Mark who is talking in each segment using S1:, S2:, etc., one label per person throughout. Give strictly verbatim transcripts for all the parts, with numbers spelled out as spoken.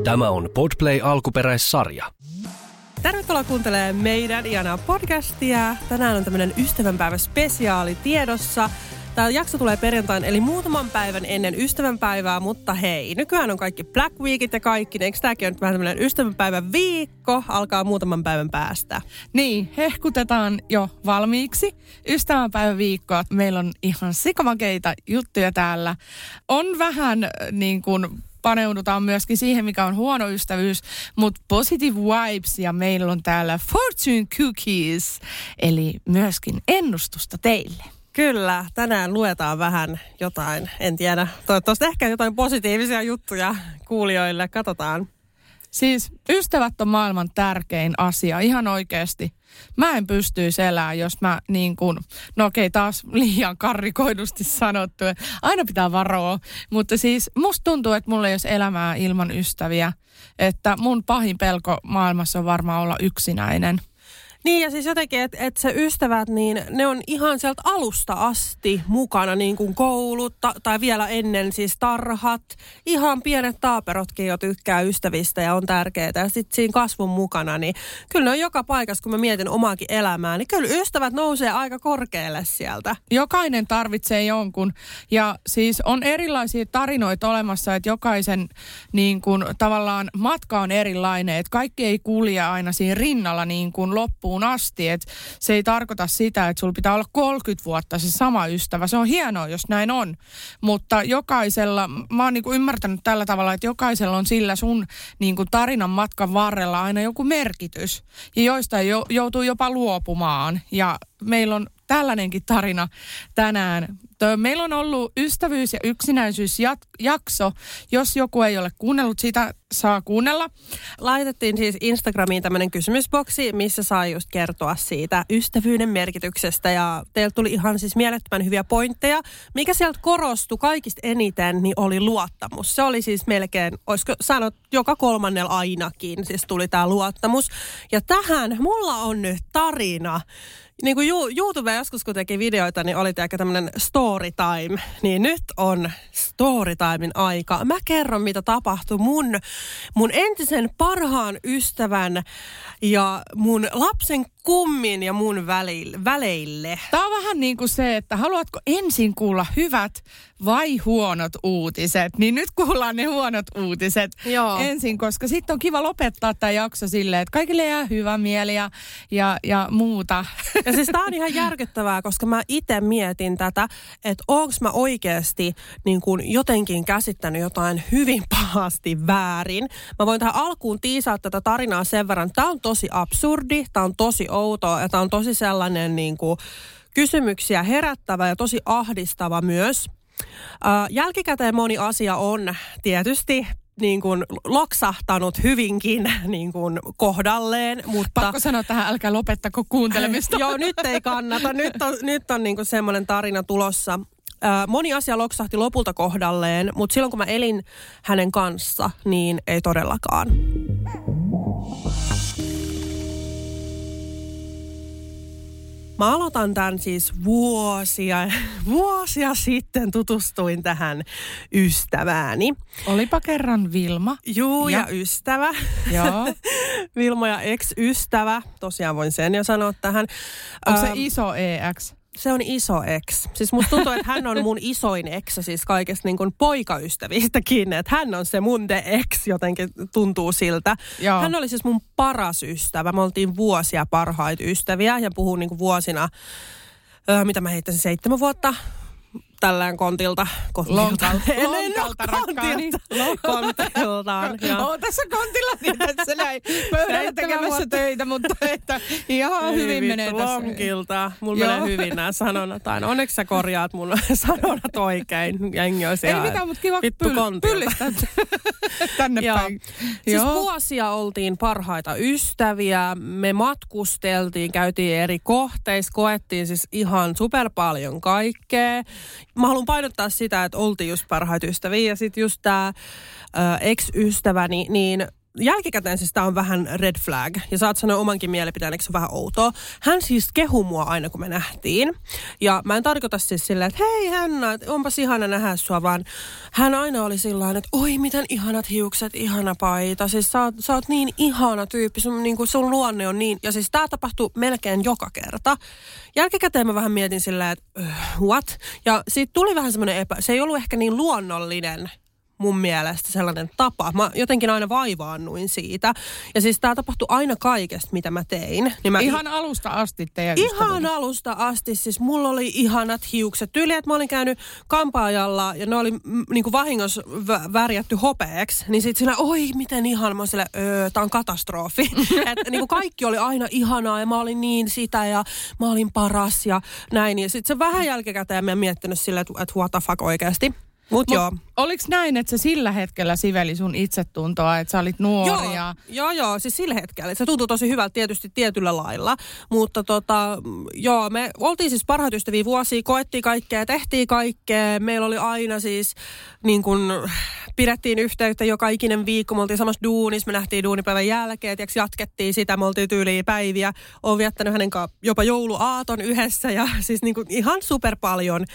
S1: Tämä on Podplay alkuperäissarja.
S2: Tervetuloa kuuntelemaan meidän ihanaa podcastia. Tänään on tämmöinen ystävänpäivä spesiaali tiedossa. Tämä jakso tulee perjantain, eli muutaman päivän ennen ystävänpäivää, mutta hei, nykyään on kaikki Black Weekit ja kaikki, niin eikö tämäkin ole vähän tämmöinen ystävänpäivän viikko, alkaa muutaman päivän päästä?
S3: Niin, hehkutetaan jo valmiiksi ystävänpäivän viikkoa. Meillä on ihan sikamakeita juttuja täällä. On vähän niin kuin paneudutaan myöskin siihen, mikä on huono ystävyys, mutta positive vibes ja meillä on täällä fortune cookies, eli myöskin ennustusta teille.
S2: Kyllä, tänään luetaan vähän jotain, en tiedä, toivottavasti ehkä jotain positiivisia juttuja kuulijoille, katsotaan.
S3: Siis ystävät on maailman tärkein asia, ihan oikeasti. Mä en pystyisi elämään, jos mä niin kuin, no okei taas liian karrikoidusti sanottu, että aina pitää varoa. Mutta siis musta tuntuu, että mulla ei ole elämää ilman ystäviä, että mun pahin pelko maailmassa on varmaan olla yksinäinen.
S2: Niin ja siis jotenkin, että et se ystävät, niin ne on ihan sieltä alusta asti mukana, niin kuin koulut ta- tai vielä ennen siis tarhat. Ihan pienet taaperotkin jo tykkää ystävistä ja on tärkeää. Ja sitten siinä kasvun mukana, niin kyllä ne on joka paikassa, kun mä mietin omaakin elämää, niin kyllä ystävät nousee aika korkealle sieltä.
S3: Jokainen tarvitsee jonkun ja siis on erilaisia tarinoita olemassa, että jokaisen niin kuin tavallaan matka on erilainen, että kaikki ei kulje aina siinä rinnalla niin kuin loppuun asti, että se ei tarkoita sitä, että sulla pitää olla kolmekymmentä vuotta se sama ystävä. Se on hienoa, jos näin on, mutta jokaisella, mä oon niinku ymmärtänyt tällä tavalla, että jokaisella on sillä sun niinku tarinan matkan varrella aina joku merkitys, ja joista jo, joutuu jopa luopumaan, ja meillä on tällainenkin tarina tänään. Meillä on ollut ystävyys- ja yksinäisyysjakso. Jos joku ei ole kuunnellut, sitä saa kuunnella.
S2: Laitettiin siis Instagramiin tämmöinen kysymysboksi, missä saa just kertoa siitä ystävyyden merkityksestä. Ja teiltä tuli ihan siis mielettömän hyviä pointteja. Mikä sieltä korostui kaikista eniten, niin oli luottamus. Se oli siis melkein, olisiko sanot, joka kolmannella ainakin, siis tuli tämä luottamus. Ja tähän mulla on nyt tarina. Niin kuin YouTube joskus, kun teki videoita, niin oli ehkä tämmöinen story time. Niin nyt on story timein aika. Mä kerron, mitä tapahtui mun, mun entisen parhaan ystävän ja mun lapsen kummin ja mun väleille.
S3: Tämä on vähän niin kuin se, että haluatko ensin kuulla hyvät vai huonot uutiset. Niin nyt kuullaan ne huonot uutiset
S2: Joo.
S3: ensin, koska sitten on kiva lopettaa tämä jakso silleen, että kaikille jää hyvä mieli ja, ja, ja muuta.
S2: Ja siis tää on ihan järkyttävää, koska mä itse mietin tätä, että onko mä oikeasti niin kuin jotenkin käsittänyt jotain hyvin pahasti väärin. Mä voin tähän alkuun tiisaa tätä tarinaa sen verran. Tää on tosi absurdi, tää on tosi outoa ja tää on tosi sellainen niin kuin kysymyksiä herättävä ja tosi ahdistava myös. Äh, jälkikäteen moni asia on tietysti niin kuin loksahtanut hyvinkin niin kuin kohdalleen, mutta
S3: pakko sanoa tähän, älkää lopettako kuuntelemista.
S2: Joo, nyt ei kannata. Nyt on, nyt on niin kuin semmoinen tarina tulossa. Äh, moni asia loksahti lopulta kohdalleen, mutta silloin kun mä elin hänen kanssa, niin ei todellakaan. Mä aloitan tämän siis vuosia, vuosia sitten tutustuin tähän ystävääni.
S3: Olipa kerran Vilma.
S2: Juu, ja, ja ystävä.
S3: Joo.
S2: Vilma ja ex-ystävä. Tosiaan voin sen jo sanoa tähän.
S3: Onko se iso E X?
S2: Se on iso ex. Siis musta tuntuu, että hän on mun isoin ex, siis kaikesta niin kuin poikaystävistäkin. Että hän on se mun de ex, jotenkin tuntuu siltä. Joo. Hän oli siis mun paras ystävä. Me oltiin vuosia parhaita ystäviä ja puhun niin kuin vuosina, öö, mitä mä heittäisin, seitsemän vuotta. Tällään kontilta. kontilta.
S3: Lonkalta. Lonkalta, rakkaani.
S2: Kontiltaan.
S3: Oon tässä kontilla niin, että se näin pöydällä tekemässä töitä, mutta että ihan hyvin, hyvin menee tässä.
S2: Lonkilta. Mulla menee hyvin nämä sanonat aina. Onneksi sä korjaat mun sanonat oikein. Jengi olisi
S3: ei mitään, mutta kiva
S2: vittu
S3: pyl- pyllistää tänne päin.
S2: Siis vuosia oltiin parhaita ystäviä. Me matkusteltiin, käytiin eri kohteissa, koettiin siis ihan super paljon kaikkea. Mä haluan painottaa sitä, että oltiin just parhaita ystäviä ja sitten just tää ex-ystäväni, niin jälkikäteen siis tää on vähän red flag. Ja saat sanoa omankin mielipiteen, eikö se on vähän outoa. Hän siis kehui mua aina, kun me nähtiin. Ja mä en tarkoita siis silleen, että hei Hanna, onpas ihana nähdä sua, vaan hän aina oli sillain, että oi miten ihanat hiukset, ihana paita. Siis sä oot, sä oot niin ihana tyyppi, sun, niin kuin sun luonne on niin. Ja siis tää tapahtuu melkein joka kerta. Jälkikäteen mä vähän mietin silleen, että uh, what? Ja siitä tuli vähän semmoinen epä, se ei ollut ehkä niin luonnollinen mun mielestä sellainen tapa. Mä jotenkin aina vaivaannuin siitä. Ja siis tää tapahtui aina kaikesta, mitä mä tein. Niin mä
S3: ihan i- alusta asti teidän
S2: Ihan
S3: ystävyydessä.
S2: alusta asti. Siis mulla oli ihanat hiukset. Tyyli, että mä olin käynyt kampaajalla ja ne oli m- niinku vahingossa vä- värjätty hopeeksi. Niin sit sillä, oi miten ihana. Mä oon sillä, öö, tää on katastrofi. Että niinku kaikki oli aina ihanaa ja mä olin niin sitä ja mä olin paras ja näin. Ja sit se vähän jälkikäteen mä oon miettinyt silleen, että et what the fuck oikeasti. Mut, Mut joo.
S3: Oliko näin, että se sillä hetkellä siveli sun itsetuntoa, että sä olit nuori?
S2: Joo,
S3: ja...
S2: joo, joo, siis sillä hetkellä. Se tuntui tosi hyvältä tietysti tietyllä lailla. Mutta tota, joo, me oltiin siis parhaat ystäviä vuosia, koettiin kaikkea, tehtiin kaikkea. Meillä oli aina siis niin kuin pidettiin yhteyttä joka ikinen viikko. Me oltiin samassa duunissa, me nähtiin duunipäivän jälkeen, tiiäks, jatkettiin sitä, me oltiin tyyliin päiviä. Olen viettänyt hänen kanssaan jopa jouluaaton yhdessä ja siis niin kuin ihan super paljon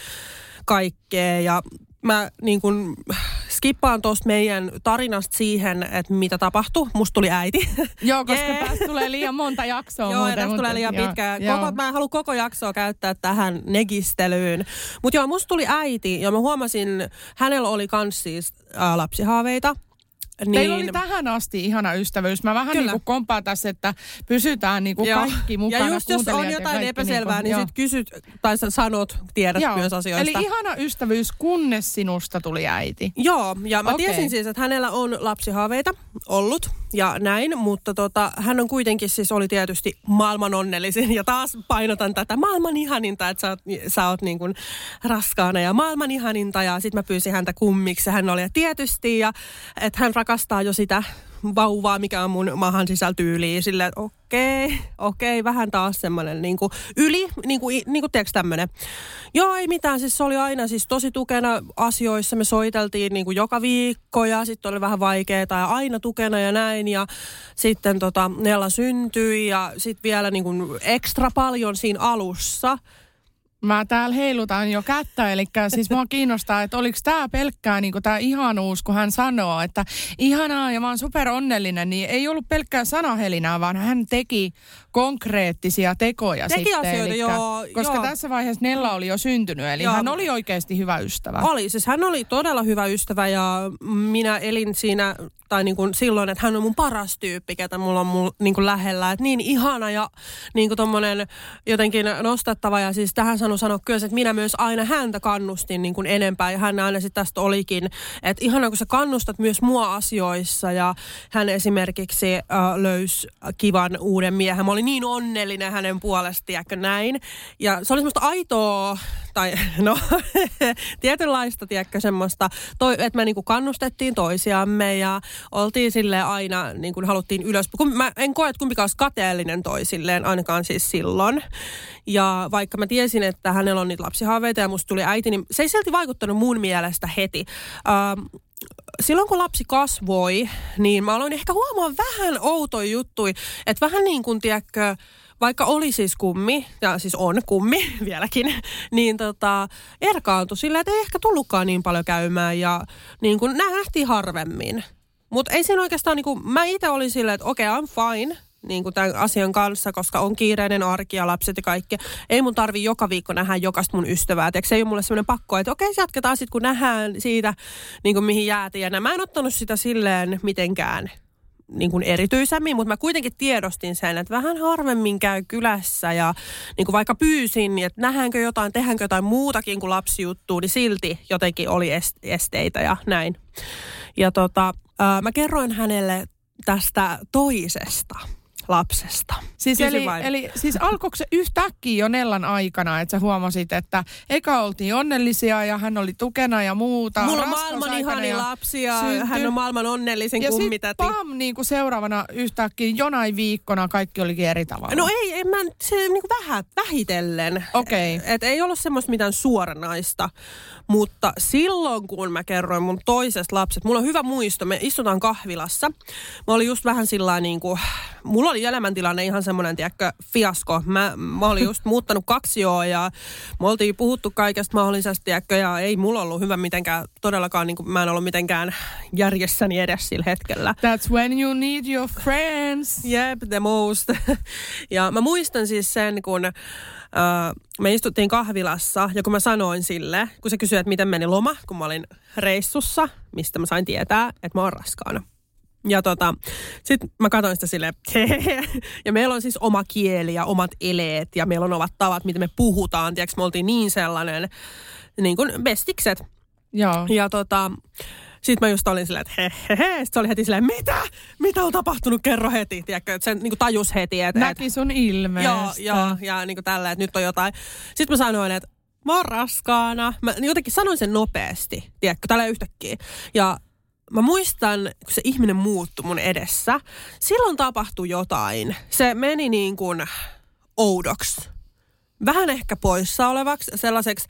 S2: kaikkea ja mä niin kuin skippaan tuosta meidän tarinasta siihen, että mitä tapahtui. Musta tuli äiti.
S3: Joo, koska
S2: yeah.
S3: tästä tulee liian monta jaksoa.
S2: Joo,
S3: muuten,
S2: tästä tulee liian
S3: joo,
S2: pitkä.
S3: Joo.
S2: Koko, mä en halua koko jaksoa käyttää tähän negistelyyn. Mutta joo, musta tuli äiti ja mä huomasin, hänellä oli kans siis ä, lapsihaaveita. Niin.
S3: Teillä oli tähän asti ihana ystävyys. Mä vähän niin kuin kompaan tässä, että pysytään niin kuin kaikki mukana.
S2: Ja just jos on jotain epäselvää, niin, niin sit kysyt tai sä sanot, tiedät joo. myös asioista.
S3: Eli ihana ystävyys, kunnes sinusta tuli äiti.
S2: Joo, ja mä
S3: okay.
S2: tiesin siis, että hänellä on lapsihaaveita ollut ja näin, mutta tota, hän on kuitenkin siis oli tietysti maailman onnellisin. Ja taas painotan tätä maailman ihaninta, että sä oot, sä oot niin kuin raskaana ja maailman ihaninta. Ja sit mä pyysin häntä kummiksi. Hän oli ja tietysti ja että hän rakastaa jo sitä vauvaa, mikä on mun mahan sisältyyliin. Silleen, että okei, okei, vähän taas semmoinen niin kuin yli, niin kuin, niin kuin tiedätkö tämmöinen. Joo, ei mitään, siis se oli aina siis tosi tukena asioissa. Me soiteltiin niin kuin joka viikko ja sitten oli vähän vaikeaa ja aina tukena ja näin. Ja sitten tota, Nella syntyi ja sitten vielä niin kuin ekstra paljon siinä alussa.
S3: Mä täällä heilutan jo kättä, eli siis mua kiinnostaa, että oliko tää pelkkää niinku tää ihanuus, kun hän sanoo, että ihanaa ja mä oon super onnellinen, niin ei ollut pelkkää sanahelinää, vaan hän teki konkreettisia tekoja
S2: teki
S3: sitten.
S2: Asioita,
S3: elikkä,
S2: joo,
S3: koska
S2: joo.
S3: tässä vaiheessa Nella oli jo syntynyt, eli joo. hän oli oikeasti hyvä ystävä.
S2: Oli, siis hän oli todella hyvä ystävä ja minä elin siinä, tai niin kuin silloin, että hän on mun paras tyyppi, ketä mulla on mun, niin kuin lähellä. Että niin ihana ja niin kuin tommonen jotenkin nostattava ja siis tähän sano sanoa kyllä, että minä myös aina häntä kannustin niin kuin enempää ja hän aina sitten tästä olikin, että ihana kun sä kannustat myös mua asioissa ja hän esimerkiksi äh, löysi kivan uuden miehen. Mä olin niin onnellinen hänen puolestaan, ja näin. Ja se oli semmoista aitoa, tai no tietynlaista, tiedätkö, semmoista, toi, että me niinku kannustettiin toisiamme ja oltiin silleen aina, niin kuin haluttiin ylös. Mä en koe, että kumpikaan olisi kateellinen toisilleen, ainakaan siis silloin. Ja vaikka mä tiesin, että hänellä on niitä lapsihaaveita ja musta tuli äiti, niin se ei silti vaikuttanut mun mielestä heti. Ähm, Silloin kun lapsi kasvoi, niin mä aloin ehkä huomaa vähän outoja juttuja, että vähän niin kuin, tiedätkö, vaikka oli siis kummi, ja siis on kummi vieläkin, niin tota, erkaantui silleen, että ei ehkä tullutkaan niin paljon käymään ja niin kuin nähtiin harvemmin. Mutta ei siinä oikeastaan, niin kuin, mä itse olin silleen, että okei, okay, I'm fine niin kuin tämän asian kanssa, koska on kiireinen arki ja lapset ja kaikki. Ei mun tarvi joka viikko nähdä jokaista mun ystävää. Tiedätkö, se ei ole mulle sellainen pakko, että okei, okay, jatketaan sitten, kun nähdään siitä, niin kuin mihin jäätiin. Ja mä en ottanut sitä silleen mitenkään niin kuin erityisemmin, mutta mä kuitenkin tiedostin sen, että vähän harvemmin käy kylässä ja niin kuin vaikka pyysin, niin että nähdäänkö jotain, tehdäänkö jotain muutakin kuin lapsijuttua, niin silti jotenkin oli esteitä ja näin. Ja tota, ää, mä kerroin hänelle tästä toisesta lapsesta.
S3: Siis eli, eli siis alkoiko se yhtäkkiä jo Nellan aikana, että sä huomasit, että eka oltiin onnellisia ja hän oli tukena ja muuta.
S2: Mulla on maailman ihani lapsi ja syntyi. Hän on maailman onnellisin
S3: ja
S2: kummitäti.
S3: Ja sitten pam, niin kuin seuraavana yhtäkkiä jonain viikkona kaikki olikin eri tavalla.
S2: No ei, en mä, se niin kuin vähän, vähitellen.
S3: Okei. Okay.
S2: Et ei ollut semmoista mitään suoranaista, mutta silloin kun mä kerroin mun toisesta lapsesta, mulla on hyvä muisto, me istutaan kahvilassa. Mä olin just vähän sillä niin kuin, mulla oli elämäntilanne ihan semmoinen, tiedätkö, fiasko. Mä, mä olin just muuttanut kaksioon ja me oltiin puhuttu kaikesta mahdollisesta, tiedätkö, ja ei mulla ollut hyvä mitenkään, todellakaan niin kuin, mä en ollut mitenkään järjessäni edes sillä hetkellä.
S3: That's when you need your friends.
S2: Yep, the most. Ja mä muistan siis sen, kun äh, me istuttiin kahvilassa ja kun mä sanoin sille, kun se kysyi, että miten meni loma, kun mä olin reissussa, mistä mä sain tietää, että mä oon raskaana. Ja tota, sit mä katsoin sitä silleen, ja meillä on siis oma kieli ja omat eleet ja meillä on omat tavat, miten me puhutaan. Tiedätkö, me oltiin niin sellainen, niin kuin bestikset.
S3: Joo.
S2: Ja tota, sit mä just olin silleen, että he, he, he. Sit se oli heti silleen, mitä? Mitä on tapahtunut? Kerro heti. Tiedätkö, että sen niin kuin tajus heti. Että,
S3: näki sun ilmeestä.
S2: Joo, joo, ja niin kuin tällä, että nyt on jotain. Sitten mä sanoin, että mä oon raskaana. Mä jotenkin sanoin sen nopeasti, tiedätkö, tällä yhtäkkiä. Ja mä muistan, kun se ihminen muuttui mun edessä, silloin tapahtui jotain. Se meni niin kuin oudoksi. Vähän ehkä poissa olevaksi, sellaiseksi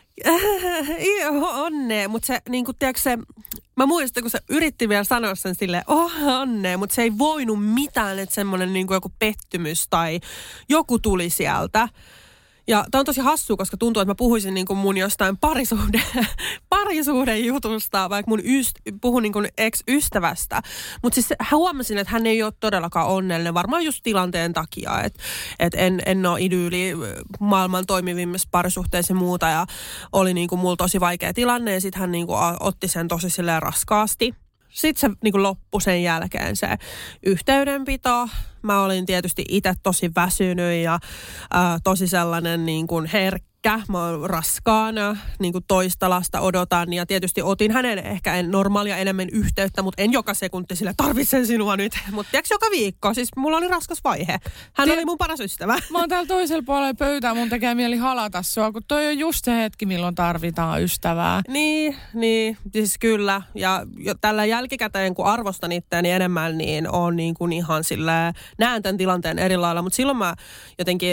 S2: onnea, mutta se, niin kuin, tiedätkö, se, mä muistan, kun se yritti vielä sanoa sen silleen, oh, onnea, mutta se ei voinut mitään, että semmoinen niin kuin joku pettymys tai joku tuli sieltä. Ja tää on tosi hassua, koska tuntuu, että mä puhuisin niin kuin mun jostain parisuhde, parisuhden jutusta, vaikka mun yst, puhun niin kuin ex-ystävästä. Mutta siis huomasin, että hän ei ole todellakaan onnellinen, varmaan just tilanteen takia. Että et en, en ole idyyli maailman toimivimmassa parisuhteessa ja muuta. Ja oli niin kuin mulla tosi vaikea tilanne ja sitten hän niin kuin otti sen tosi silleen raskaasti. Sitten se niin kuin loppui sen jälkeen se yhteydenpito. Mä olin tietysti itse tosi väsynyt ja ää, tosi sellainen niin kuin herkkä. Mä oon raskaana, niin kuin toista lasta odotan ja tietysti otin hänen ehkä en normaalia enemmän yhteyttä, mutta en joka sekunti sille tarvitsen sinua nyt. Mutta tiedätkö joka viikko, siis mulla oli raskas vaihe. Hän Tiet... oli mun paras ystävä.
S3: Mä oon täällä toisella puolella pöytää, mun tekee mieli halata sua, kun toi on just se hetki, milloin tarvitaan ystävää.
S2: Niin, niin, siis kyllä. Ja tällä jälkikäteen, kun arvostan itseäni enemmän, niin on niin kuin ihan silleen, näen tämän tilanteen eri lailla. Mutta silloin mä jotenkin,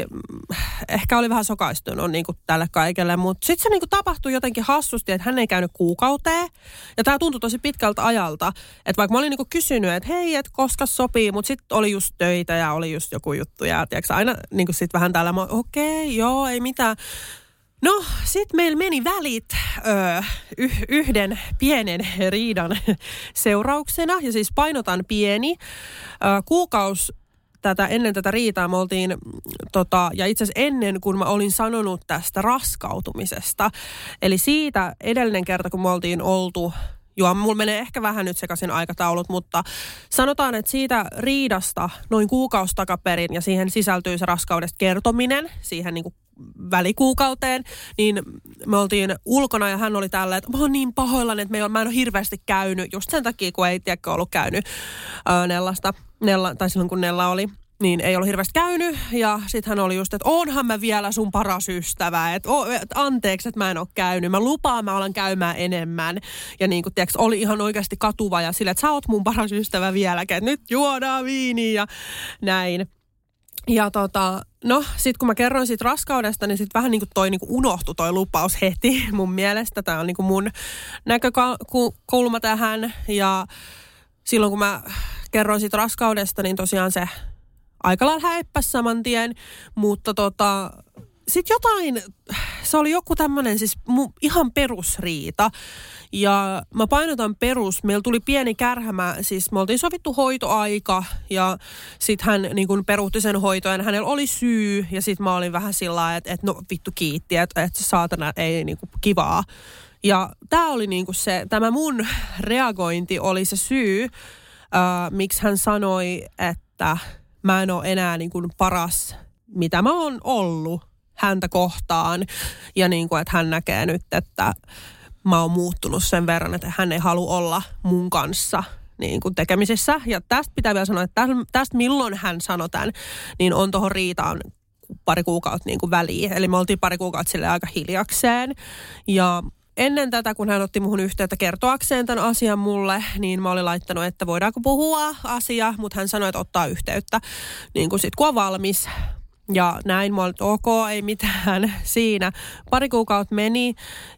S2: ehkä oli vähän sokaistunut niin kuin tälle kaikelle, mutta sitten se niinku tapahtui jotenkin hassusti, että hän ei käynyt kuukauteen. Ja tämä tuntui tosi pitkältä ajalta, että vaikka mä olin niinku kysynyt, että hei, että koska sopii, mutta sitten oli just töitä ja oli just joku juttu. Ja tiedätkö, aina niinku sitten vähän täällä, okei, okay, joo, ei mitään. No, sitten meillä meni välit öö, y- yhden pienen riidan seurauksena, ja siis painotan pieni. Öö, kuukaus Tätä, ennen tätä riitaa me oltiin, tota, ja itse asiassa ennen kuin mä olin sanonut tästä raskautumisesta. Eli siitä edellinen kerta, kun me oltiin oltu, joo, mulla menee ehkä vähän nyt sekaisin aikataulut, mutta sanotaan, että siitä riidasta noin kuukausi takaperin, ja siihen sisältyy se raskaudesta kertominen, siihen niin kuin välikuukauteen, niin me oltiin ulkona ja hän oli tällä, että mä oon niin pahoillani, että me, mä en ole hirveästi käynyt, just sen takia, kun ei tiedäkö ollut käynyt ää, Nellasta, Nella, tai silloin kun Nella oli, niin ei ollut hirveästi käynyt. Ja sitten hän oli just, että onhan mä vielä sun paras ystävä, että o, et, anteeksi, että mä en ole käynyt. Mä lupaan, mä alan käymään enemmän. Ja niin kuin tiedätkö, oli ihan oikeasti katuva ja sille, että sä oot mun paras ystävä vieläkin, että nyt juodaan viiniä ja näin. Ja tota, no sit kun mä kerroin siitä raskaudesta, niin sit vähän niin kuin toi niin kuin unohtui toi lupaus heti mun mielestä. Tää on niin kuin mun näkökulma tähän. Ja silloin kun mä kerroin siitä raskaudesta, niin tosiaan se aika lailla häippäsi saman tien. Mutta tota, sit jotain, se oli joku tämmönen siis mu, ihan perusriita. Ja mä painotan perus, meillä tuli pieni kärhämä, siis me oltiin sovittu hoitoaika ja sit hän niin kun peruutti sen hoitoon, hänellä oli syy ja sit mä olin vähän sillä lailla, että, että no vittu kiitti, että, että saatana ei niin kuin kivaa. Ja tää oli niin kuin se, tämä mun reagointi oli se syy, äh, miksi hän sanoi, että mä en ole enää niin kuin paras, mitä mä oon ollut häntä kohtaan ja niin kuin, että hän näkee nyt, että mä oon muuttunut sen verran, että hän ei halua olla mun kanssa niin kuin tekemisissä. Ja tästä pitää vielä sanoa, että tästä milloin hän sanoi tämän, niin on tuohon Riitaan pari kuukautta niin kuin väliin. Eli me oltiin pari kuukautta sille aika hiljakseen. Ja ennen tätä, kun hän otti muhun yhteyttä kertoakseen tämän asian mulle, niin mä olin laittanut, että voidaanko puhua asia, mutta hän sanoi, että ottaa yhteyttä niin kuin sit kun on valmis. Ja näin, mä olin, että ok, ei mitään siinä. Pari kuukautta meni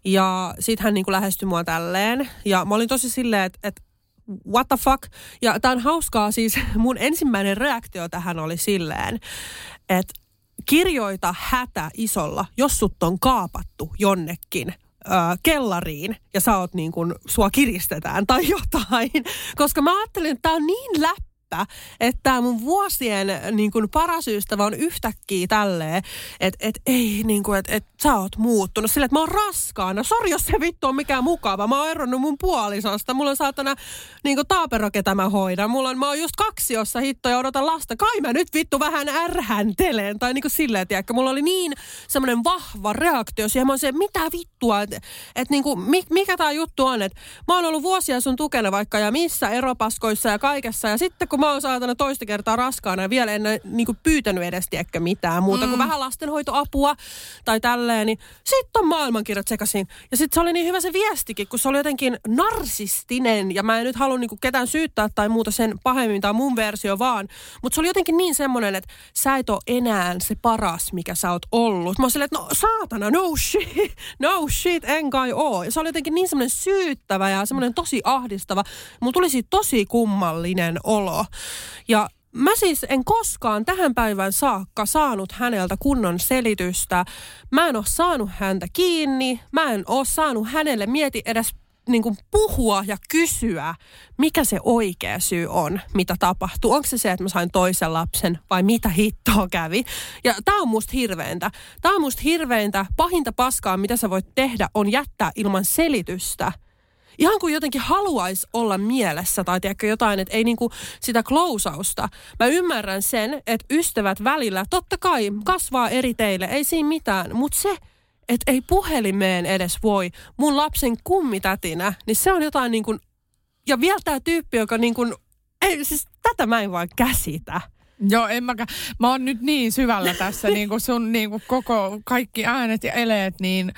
S2: ja sit hän niin kuin lähestyi mua tälleen. Ja mä olin tosi silleen, että, että what the fuck? Ja tää on hauskaa siis, mun ensimmäinen reaktio tähän oli silleen, että kirjoita hätä isolla, jos sut on kaapattu jonnekin kellariin ja sä oot niin kuin, sua kiristetään tai jotain. Koska mä ajattelin, että tää on niin läppä, että tää mun vuosien niin kuin paras ystävä on yhtäkkiä tälleen, että et, ei niin kuin, että et, sä oot muuttunut silleen, että mä oon raskaana. Sori, jos se vittu on mikään mukava. Mä oon eronnut mun puolisosta. Mulla on saatana niin kuin taapero, ketä mä hoidan. Mulla on, mä oon just kaksiossa hitto ja odotan lasta. Kai mä nyt vittu vähän ärhäntelen. Tai niin kuin silleen, tiedäkö. Mulla oli niin semmoinen vahva reaktio siihen. Mä oon se, mitä vittua, että et, niin kuin, mikä tää juttu on. Että mä oon ollut vuosia sun tukena vaikka ja missä eropaskoissa ja kaikessa. Ja sitten kun mä oon saatana toista kertaa raskaana ja vielä en niin kuin pyytänyt edes tiedäkö mitään muuta mm. kuin vähän lastenhoitoapua tai tälleen, niin sitten on maailmankirjat sekaisin. Ja sitten se oli niin hyvä se viestikin, kun se oli jotenkin narsistinen ja mä en nyt halua niin kuin ketään syyttää tai muuta sen pahemmin, tai mun versio vaan, mutta se oli jotenkin niin semmoinen, että sä et ole enää se paras, mikä sä oot ollut. Mä oon silleen, että no saatana, no shit, no shit, en kai oo. Ja se oli jotenkin niin semmoinen syyttävä ja semmoinen tosi ahdistava. Mulla tuli siitä tosi kummallinen olo. Ja mä siis en koskaan tähän päivään saakka saanut häneltä kunnon selitystä. Mä en ole saanut häntä kiinni. Mä en ole saanut hänelle mieti edes niin kuin puhua ja kysyä, mikä se oikea syy on, mitä tapahtuu. Onko se se, että mä sain toisen lapsen vai mitä hittoa kävi? Ja tää on musta hirveintä. Tää on musta hirveintä. Pahinta paskaa, mitä sä voit tehdä, on jättää ilman selitystä. Ihan kuin jotenkin haluaisi olla mielessä tai tiedätkö jotain, että ei niinku sitä klousausta. Mä ymmärrän sen, että ystävät välillä totta kai kasvaa eri teille, ei siinä mitään. Mutta se, että ei puhelimeen edes voi mun lapsen kummitätinä, niin se on jotain niin kuin, ja vielä tää tyyppi, joka niin kuin, ei siis tätä mä en vaan käsitä.
S3: Joo, en mäkään. Mä oon nyt niin syvällä tässä niin kuin sun niin kuin koko, kaikki äänet ja eleet, niin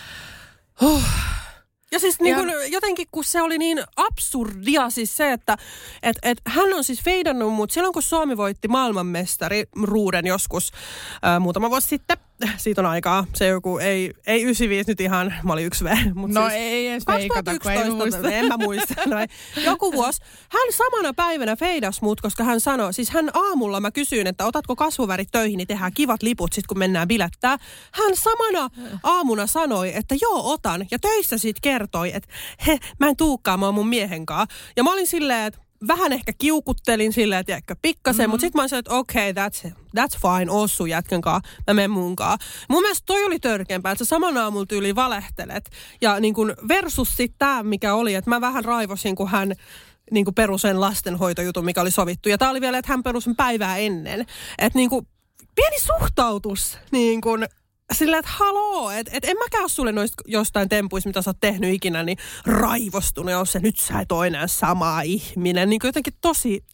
S3: huh.
S2: Ja siis niin kun, jotenkin, kun se oli niin absurdia siis se, että et, et, hän on siis feidannut mut silloin, kun Suomi voitti maailmanmestari ruuden joskus ää, muutama vuosi sitten. Siitä on aikaa. Se joku, ei, ei yhdeksänkymmentäviisi nyt ihan, mä olin yksi V. Mut
S3: no
S2: siis
S3: ei edes veikata, kun ei muista.
S2: En mä muista. No, joku vuosi. Hän samana päivänä feidas mut, koska hän sanoi, siis hän aamulla mä kysyin, että otatko kasvovärit töihin, niin tehdään kivat liput sit kun mennään bilettää. Hän samana aamuna sanoi, että joo otan. Ja töissä sit kertoi, että he, mä en tuukaan, mä oon mun miehen kanssa. Ja mä olin silleen, että vähän ehkä kiukuttelin silleen, että ehkä pikkasen, mm-hmm. mutta sitten mä olin että okei, okay, that's, that's fine, oo sun jätkän kanssa, mä menen mun kanssa. Mun mielestä toi oli törkeämpää, että sä saman aamulla tyyliin valehtelet. Ja niin kun versus sitten tämä, mikä oli, että mä vähän raivosin, kun hän niin kun perusen lastenhoitojutun, mikä oli sovittu. Ja tää oli vielä, että hän perusen päivää ennen. Että niin kun pieni suhtautus, niin kun sillä, että haloo, että et en mäkään ole sulle noista jostain tempuista, mitä sä oot tehnyt ikinä, niin raivostunut, jos se nyt sä et ole enää sama ihminen. Niin kuin jotenkin tosi...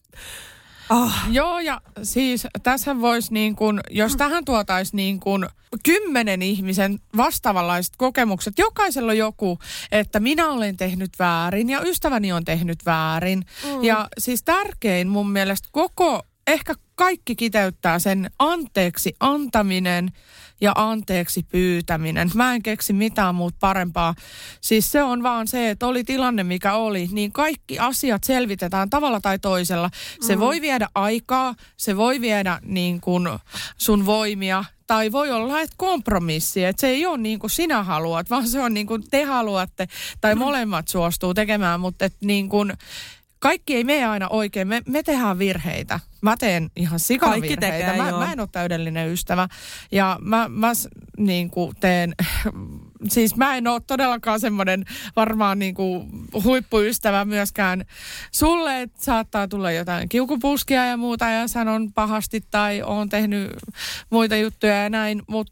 S2: Oh.
S3: Joo, ja siis tässä voisi niin kuin, jos tähän tuotaisiin niin kuin kymmenen ihmisen vastaavanlaiset kokemukset, jokaisella on joku, että minä olen tehnyt väärin ja ystäväni on tehnyt väärin. Mm. Ja siis tärkein mun mielestä koko, ehkä kaikki kiteyttää sen anteeksi antaminen ja anteeksi pyytäminen. Mä en keksi mitään muuta parempaa. Siis se on vaan se, että oli tilanne mikä oli, niin kaikki asiat selvitetään tavalla tai toisella. Se mm. voi viedä aikaa, se voi viedä niin kuin sun voimia, tai voi olla, että kompromissi, että se ei ole niin kuin sinä haluat, vaan se on niin kuin te haluatte, tai mm. molemmat suostuu tekemään, mutta että niin kuin kaikki ei mene aina oikein. Me, me tehdään virheitä. Mä teen ihan sikavirheitä. Tekee, mä, mä en ole täydellinen ystävä. Ja mä, mä niin kuin teen... Siis mä en ole todellakaan semmoinen varmaan niin kuin huippuystävä myöskään sulle, että saattaa tulla jotain kiukupuskia ja muuta ja sanon pahasti tai oon tehnyt muita juttuja ja näin, mutta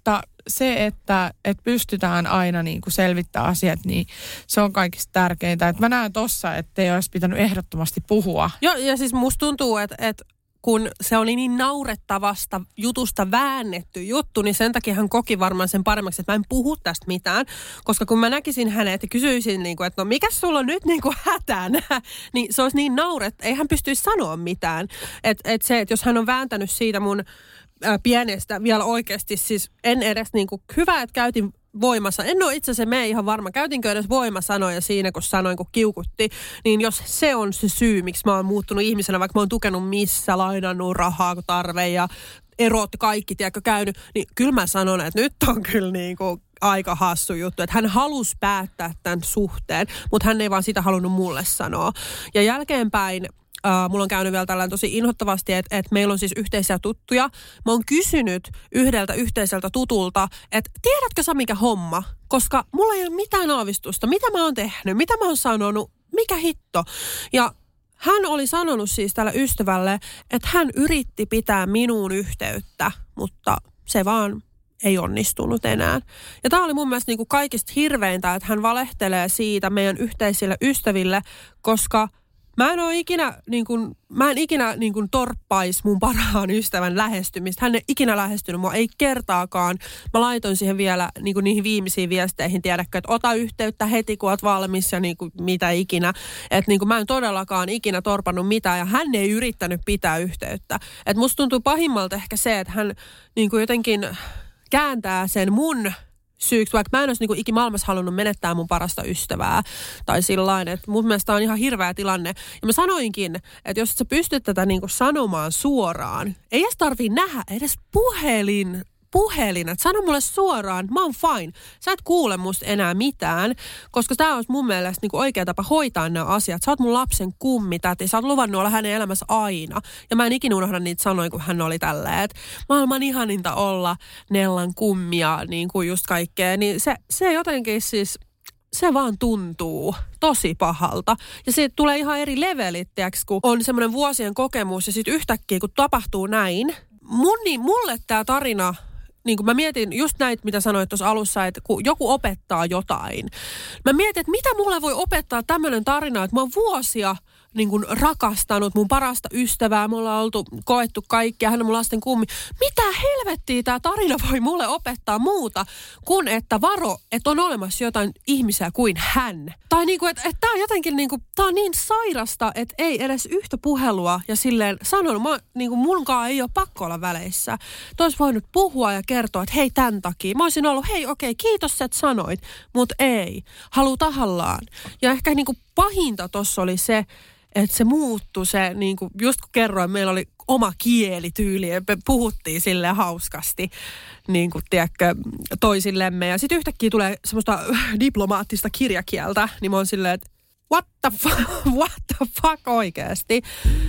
S3: se, että, että pystytään aina niin kuin selvittämään asiat, niin se on kaikista tärkeintä. Että mä näen tossa, että ei olisi pitänyt ehdottomasti puhua.
S2: Joo, ja siis musta tuntuu, että, että kun se oli niin naurettavasta jutusta väännetty juttu, niin sen takia hän koki varmaan sen paremmaksi, että mä en puhu tästä mitään. Koska kun mä näkisin hänet ja kysyisin, niin kuin, että no mikä sulla on nyt niin kuin hätänä, niin se olisi niin nauretta, ei hän pystyisi sanoa mitään. Että et se, että jos hän on vääntänyt siitä mun ää, pienestä vielä oikeasti, siis en edes niin kuin, hyvä, että käytin voimassa. En ole itse asiassa me ihan varma, käytinkö edes voimasanoja siinä, kun sanoin, kun kiukutti. Niin jos se on se syy, miksi mä oon muuttunut ihmisenä, vaikka mä oon tukenut missä, lainannut rahaa, kun tarve ja erot kaikki, tiedätkö, käynyt, niin kyllä mä sanon, että nyt on kyllä niin kuin aika hassu juttu. Että hän halusi päättää tämän suhteen, mutta hän ei vaan sitä halunnut mulle sanoa. Ja jälkeenpäin Uh, mulla on käynyt vielä tällainen tosi inhottavasti, että, että meillä on siis yhteisiä tuttuja. Mä oon kysynyt yhdeltä yhteiseltä tutulta, että tiedätkö sä mikä homma? Koska mulla ei ole mitään aavistusta, mitä mä oon tehnyt, mitä mä oon sanonut, mikä hitto. Ja hän oli sanonut siis tälle ystävälle, että hän yritti pitää minuun yhteyttä, mutta se vaan ei onnistunut enää. Ja tää oli mun mielestä niin kuin kaikista hirveintä, että hän valehtelee siitä meidän yhteisille ystäville, koska Mä en ole ikinä, niin kuin, mä en ikinä niin kuin torppaisi mun parhaan ystävän lähestymistä. Hän ei ikinä lähestynyt mua, ei kertaakaan. Mä laitoin siihen vielä niin kuin niihin viimeisiin viesteihin, tiedätkö, että ota yhteyttä heti, kun oot valmis ja niin kuin mitä ikinä. Että niin kuin mä en todellakaan ikinä torpannut mitään ja hän ei yrittänyt pitää yhteyttä. Että musta tuntuu pahimmalta ehkä se, että hän niin kuin jotenkin kääntää sen mun syyksi, vaikka mä en olisi niin kuin ikimaailmassa halunnut menettää mun parasta ystävää. Tai sillain, että mun mielestä on ihan hirveä tilanne. Ja mä sanoinkin, että jos sä pystyt tätä niin kuin sanomaan suoraan, ei edes tarvii nähdä, edes puhelin, puhelin, että sano mulle suoraan, mä oon fine. Sä et kuule musta enää mitään, koska tää olisi mun mielestä niin kuin oikea tapa hoitaa nämä asiat. Sä oot mun lapsen kummitäti, sä oot luvannut olla hänen elämässä aina. Ja mä en ikinä unohda niitä sanoja, kun hän oli tälleen, että maailman ihaninta olla Nellan kummia, niin kuin just kaikkea. Niin se, se jotenkin siis, se vaan tuntuu tosi pahalta. Ja siitä tulee ihan eri levelit, tiiäks, kun on semmoinen vuosien kokemus ja sitten yhtäkkiä, kun tapahtuu näin, mun, niin mulle tää tarina, niin kuin mä mietin just näitä, mitä sanoit tuossa alussa, että kun joku opettaa jotain. Mä mietin, että mitä mulle voi opettaa tämmöinen tarina, että mä oon vuosia niin kuin rakastanut mun parasta ystävää. Me ollaan oltu, koettu kaikkia, hän on mun lasten kummi. Mitä helvettiä tää tarina voi mulle opettaa muuta, kuin että varo, että on olemassa jotain ihmisiä kuin hän. Tai niin kuin, että, että tää on jotenkin niin kuin, tää on niin sairasta, että ei edes yhtä puhelua ja silleen sanonut, mä, niin kuin munkaan ei ole pakko olla väleissä. Tois voinut puhua ja kertoa, että hei tämän takia. Mä olisin ollut, hei okei, kiitos että sanoit, mutta ei. Haluu tahallaan. Ja ehkä niin kuin pahinta tossa oli se, että se muuttui se, niin kuin just kun kerroin, meillä oli oma kielityyli ja me puhuttiin silleen hauskasti, niin kuin tiedätkö, toisillemme. Ja sitten yhtäkkiä tulee semmoista diplomaattista kirjakieltä, niin mä oon silleen, että what the fuck, what the fuck oikeasti.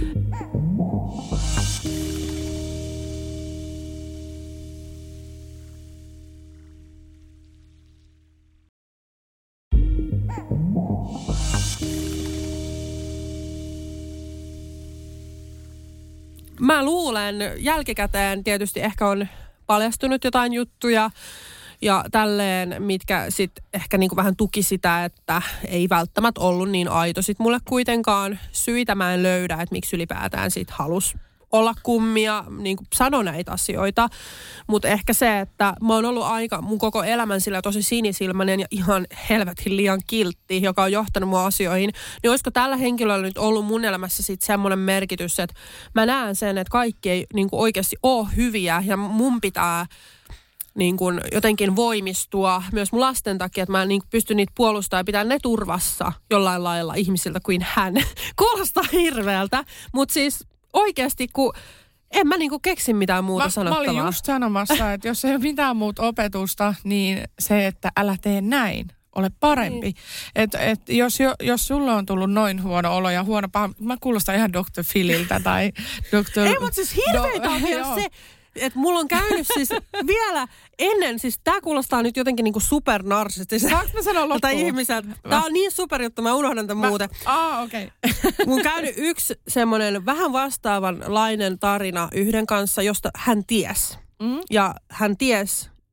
S2: Mä luulen, jälkikäteen tietysti ehkä on paljastunut jotain juttuja ja tälleen, mitkä sitten ehkä niinku vähän tuki sitä, että ei välttämättä ollut niin aito sit mulle kuitenkaan. Syitä mä en löydä, että miksi ylipäätään sit halus olla kummia, niin kuin sano näitä asioita. Mutta ehkä se, että mä oon ollut aika mun koko elämän sillä tosi sinisilmäinen ja ihan helvetin liian kiltti, joka on johtanut mun asioihin. Niin olisiko tällä henkilöllä nyt ollut mun elämässä sitten semmoinen merkitys, että mä näen sen, että kaikki ei niin kuin oikeasti ole hyviä ja mun pitää niin kuin jotenkin voimistua myös mun lasten takia, että mä niin kuin pystyn niitä puolustamaan ja pitää ne turvassa jollain lailla ihmisiltä kuin hän. Kuulostaa hirveältä, mutta siis oikeasti, kun en mä niinku keksi mitään muuta mä, sanottavaa.
S3: Mä olin just sanomassa, että jos ei ole mitään muuta opetusta, niin se, että älä tee näin, ole parempi. Niin. Että et jos, jos sulla on tullut noin huono olo ja huono paha, mä kuulostan ihan doktor Phililtä tai doktor
S2: Ei, mutta siis hirveitä on vielä se, että mulla on käynyt siis vielä ennen, siis tää kuulostaa nyt jotenkin niinku supernarsistisesti.
S3: Saanko mä sanoa loppuun?
S2: Ihmiset, tää on niin superjuttu, mä unohdan tämän mä, muuten.
S3: Aa, okei. Okay.
S2: Mun on käynyt yksi semmoinen vähän vastaavanlainen tarina yhden kanssa, josta hän ties. Mm. Ja hän ties,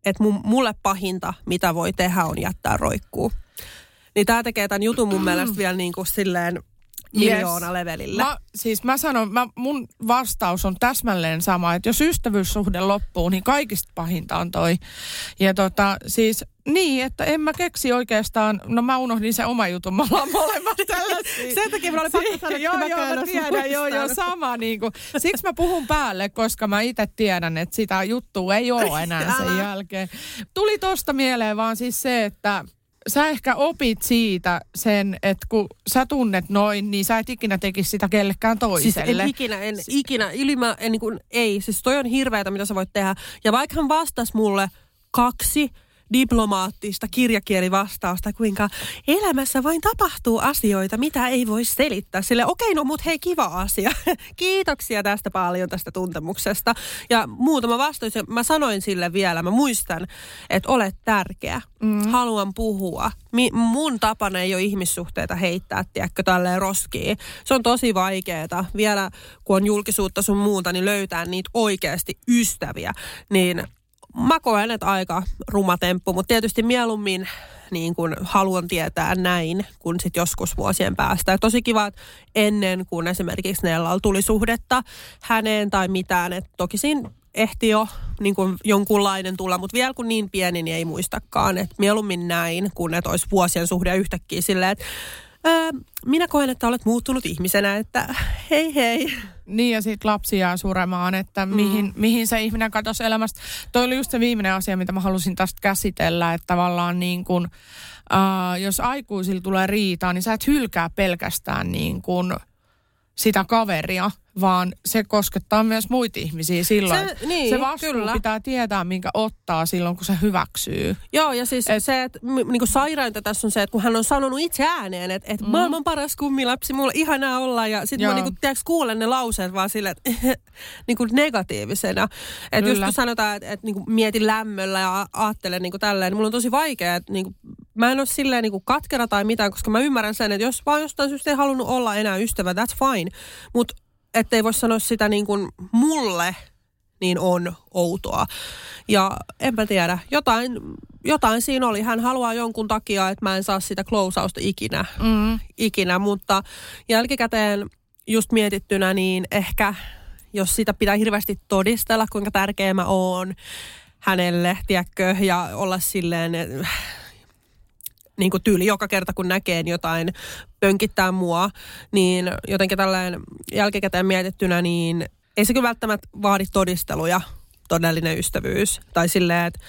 S2: että mun, mulle pahinta, mitä voi tehdä, on jättää roikkuu. Niin tää tekee tämän jutun mun mielestä vielä niin kuin silleen miljoona levelillä.
S3: Mä, siis mä sanon, mä, mun vastaus on täsmälleen sama, että jos ystävyyssuhde loppuu, niin kaikista pahinta on toi. Ja tota, siis niin, että en mä keksi oikeastaan, no mä unohdin sen oma jutun, mä ollaan molemmat tällaisia.
S2: Sen takia mä olin pakko sanoa,
S3: joo,
S2: että
S3: joo, mä tiedän, joo, joo, sama niin kuin. Siksi mä puhun päälle, koska mä itse tiedän, että sitä juttua ei ole enää sen jälkeen. Tuli tosta mieleen vaan siis se, että sä ehkä opit siitä sen, että kun sä tunnet noin, niin sä et ikinä tekisi sitä kellekään toiselle.
S2: Siis en ikinä, en ikinä, ilimä, en niin kuin, ei. Siis toi on hirveätä, mitä sä voit tehdä. Ja vaikka hän vastasi mulle kaksi diplomaattista kirjakielivastausta, kuinka elämässä vain tapahtuu asioita, mitä ei voi selittää. Sille okei, okay, no mut hei, kiva asia. Kiitoksia tästä paljon, tästä tuntemuksesta. Ja muutama vastaus, mä sanoin sille vielä, mä muistan, että olet tärkeä. Mm. Haluan puhua. Mi- mun tapana ei ole ihmissuhteita heittää, tiedätkö, tälleen roskiin. Se on tosi vaikeeta. Vielä kun on julkisuutta sun muuta, niin löytää niitä oikeasti ystäviä. Niin mä koen, että aika ruma temppu, mutta tietysti mieluummin niin kun haluan tietää näin, kun sitten joskus vuosien päästä. Ja tosi kiva, että ennen kuin esimerkiksi Nellalla tuli suhdetta häneen tai mitään, että toki siinä ehti jo niin kuin jonkunlainen tulla, mutta vielä kun niin pieni, niin ei muistakaan, että mieluummin näin, kun että olisi vuosien suhde yhtäkkiä silleen, että Öö, minä koen, että olet muuttunut ihmisenä, että hei hei.
S3: Niin ja sitten lapsi jää suremaan, että mihin, mm. mihin se ihminen katosi elämästä. Toi oli just se viimeinen asia, mitä mä halusin tästä käsitellä, että tavallaan niin kuin, äh, jos aikuisilla tulee riitaa, niin sä et hylkää pelkästään niin kuin sitä kaveria, vaan se koskettaa myös muita ihmisiä silloin. Se, niin, se vastuu kyllä. Pitää tietää, minkä ottaa silloin, kun se hyväksyy.
S2: Joo, ja siis et, se, että niinku sairainta tässä on se, että kun hän on sanonut itse ääneen, että et mm. maailman paras kummilapsi, mulla on ihanaa olla, ja sitten mä niinku, tiedätkö, kuulen ne lauseet vaan silleen, että niinku negatiivisena. Että just kun sanotaan, että et, niinku, mietin lämmöllä ja ajattelen niinku tälleen, niin mulla on tosi vaikea, että niinku, mä en ole silleen niinku katkera tai mitään, koska mä ymmärrän sen, että jos vaan jostain syystä ei halunnut olla enää ystävä, that's fine. Mutta ettei voi sanoa sitä niin kuin mulle, niin on outoa. Ja enpä tiedä, jotain, jotain siinä oli. Hän haluaa jonkun takia, että mä en saa sitä klousausta ikinä, mm. ikinä. Mutta jälkikäteen just mietittynä, niin ehkä jos sitä pitää hirveästi todistella, kuinka tärkeä mä oon hänelle, tiedätkö, ja olla silleen niin kuin tyyli joka kerta, kun näkee jotain pönkittää mua, niin jotenkin tällainen jälkikäteen mietittynä, niin ei se kyllä välttämättä vaadi todisteluja, todellinen ystävyys. Tai silleen, että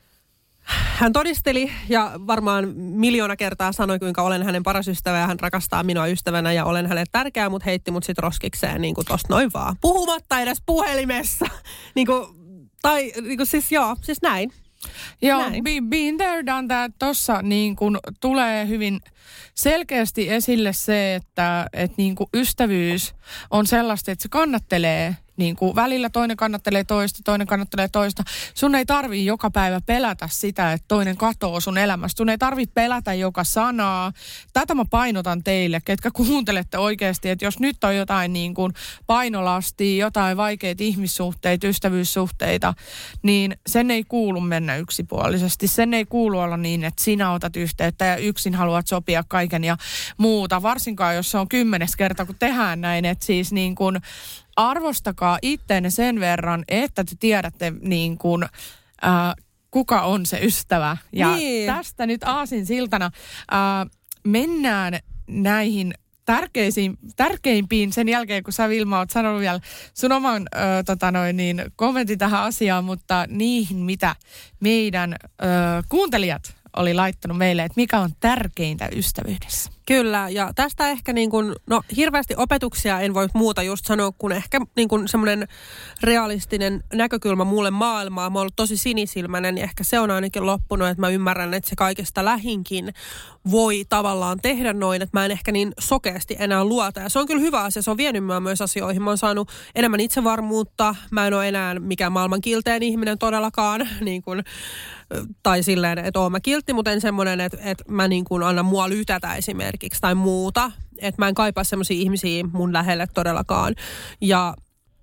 S2: hän todisteli ja varmaan miljoona kertaa sanoi, kuinka olen hänen paras ystävä ja hän rakastaa minua ystävänä ja olen hänelle tärkeä, mutta heitti mut sit roskikseen niin kuin tosta noin vaan. Puhumatta edes puhelimessa. niin kuin, tai niin kuin siis joo, siis näin.
S3: Joo, been there, done that. Tossa niin kun tulee hyvin selkeästi esille se, että et niin kun ystävyys on sellaista, että se kannattelee. Niin kuin välillä toinen kannattelee toista, toinen kannattelee toista. Sun ei tarvii joka päivä pelätä sitä, että toinen katoo sun elämästä. Sun ei tarvii pelätä joka sanaa. Tätä mä painotan teille, ketkä kuuntelette oikeasti, että jos nyt on jotain niin kuin painolastia, jotain vaikeita ihmissuhteita, ystävyyssuhteita, niin sen ei kuulu mennä yksipuolisesti. Sen ei kuulu olla niin, että sinä otat yhteyttä ja yksin haluat sopia kaiken ja muuta. Varsinkaan, jos se on kymmenes kerta, kun tehdään näin, että siis niin kuin arvostakaa itteenne sen verran, että te tiedätte niin kuin, äh, kuka on se ystävä. Ja niin. Tästä nyt aasinsiltana äh, mennään näihin tärkeisiin, tärkeimpiin sen jälkeen, kun sä Vilma oot sanonut vielä sun oman äh, tota noin, niin, kommentin tähän asiaan, mutta niihin, mitä meidän äh, kuuntelijat oli laittanut meille, että mikä on tärkeintä ystävyydessä.
S2: Kyllä, ja tästä ehkä niin kuin, no hirveästi opetuksia en voi muuta just sanoa, kun ehkä niin kuin semmoinen realistinen näkökulma mulle maailmaa. Mä oon ollut tosi sinisilmäinen, niin ehkä se on ainakin loppunut, että mä ymmärrän, että se kaikesta lähinkin voi tavallaan tehdä noin, että mä en ehkä niin sokeasti enää luota. Ja se on kyllä hyvä asia, se on vienyt mua myös asioihin. Mä oon saanut enemmän itsevarmuutta, mä en ole enää mikään maailman kilteen ihminen todellakaan, niin kuin, tai silleen, että oon mä kiltti, mutta en semmoinen, että, että mä niin kuin annan mua lytätä esimerkiksi tai muuta. Että mä en kaipaa semmoisia ihmisiä mun lähelle todellakaan. Ja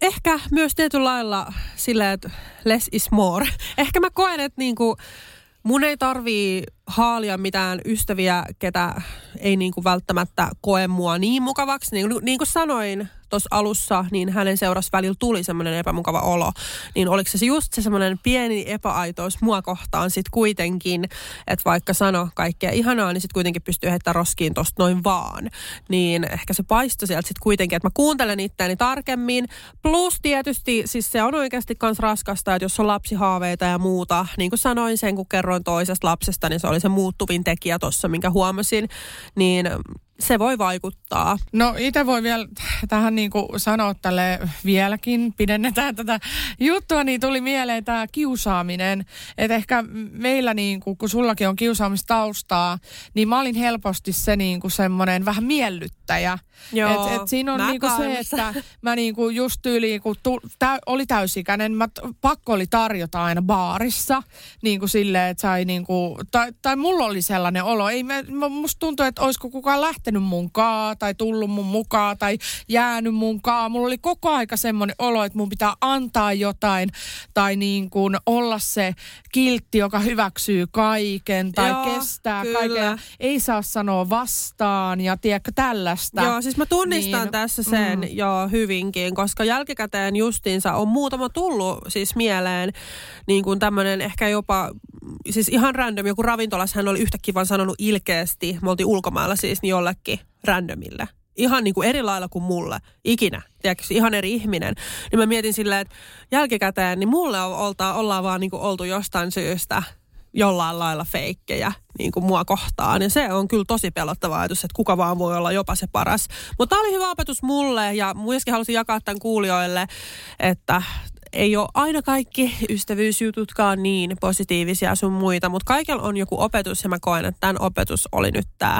S2: ehkä myös tietyllä lailla silleen, että less is more. Ehkä mä koen, että niinku mun ei tarvii haalia mitään ystäviä, ketä ei niinku välttämättä koe mua niin mukavaksi. Niin, niin kuin sanoin tuossa alussa, niin hänen seurassa välillä tuli semmoinen epämukava olo. Niin oliko se just se semmoinen pieni epäaitous mua kohtaan sitten kuitenkin, että vaikka sano kaikkea ihanaa, niin sitten kuitenkin pystyy heittämään roskiin tosta noin vaan. Niin ehkä se paistoi sieltä sitten kuitenkin, että mä kuuntelen itseäni tarkemmin. Plus tietysti, siis se on oikeasti kans raskasta, että jos on lapsihaaveita ja muuta, niin kuin sanoin sen, kun kerroin toisesta lapsesta, niin se oli se muuttuvin tekijä tuossa, minkä huomasin, niin se voi vaikuttaa.
S3: No itse voi vielä tähän niin kuin sanoa tälle vieläkin, pidennetään tätä juttua, niin tuli mieleen tämä kiusaaminen. Että ehkä meillä niin kuin, kun sullakin on kiusaamistaustaa, niin mä olin helposti se niin kuin semmoinen vähän miellyttäjä.
S2: Joo,
S3: et, et siinä on niin kuin se, että mä niin kuin just tyyliin, kun tu, tä, oli täysikäinen, mä t, pakko oli tarjota aina baarissa. Niin kuin silleen, että sai niin kuin, tai, tai mulla oli sellainen olo. Ei, mä, musta tuntuu, että olisiko kukaan lähtenyt munkaan tai tullut mun mukaan tai jäänyt munkaan. Mulla oli koko aika semmoinen olo, että mun pitää antaa jotain tai niin kuin olla se kiltti, joka hyväksyy kaiken tai
S2: Joo,
S3: kestää
S2: kyllä.
S3: kaiken. Ei saa sanoa vastaan ja tiedätkö tällaista.
S2: Joo, siis mä tunnistan niin, tässä sen mm. jo hyvinkin, koska jälkikäteen justiinsa on muutama tullut siis mieleen niin kuin tämmöinen ehkä jopa, siis ihan random, joku ravintolas hän oli yhtäkkiä vaan sanonut ilkeästi, me oltiin ulkomailla siis, niin jollekin randomille. Ihan niin kuin eri lailla kuin mulle. Ikinä. Tiedätkö, ihan eri ihminen. Niin mä mietin silleen, että jälkikäteen, niin mulle olta, ollaan vaan niin kuin oltu jostain syystä jollain lailla feikkejä niin kuin mua kohtaan. Ja se on kyllä tosi pelottava ajatus, että kuka vaan voi olla jopa se paras. Mutta tämä oli hyvä opetus mulle ja myöskin halusin jakaa tämän kuulijoille, että ei ole aina kaikki ystävyysjututkaan niin positiivisia sun muita, mutta kaikella on joku opetus ja mä koen, että tämän opetus oli nyt tämä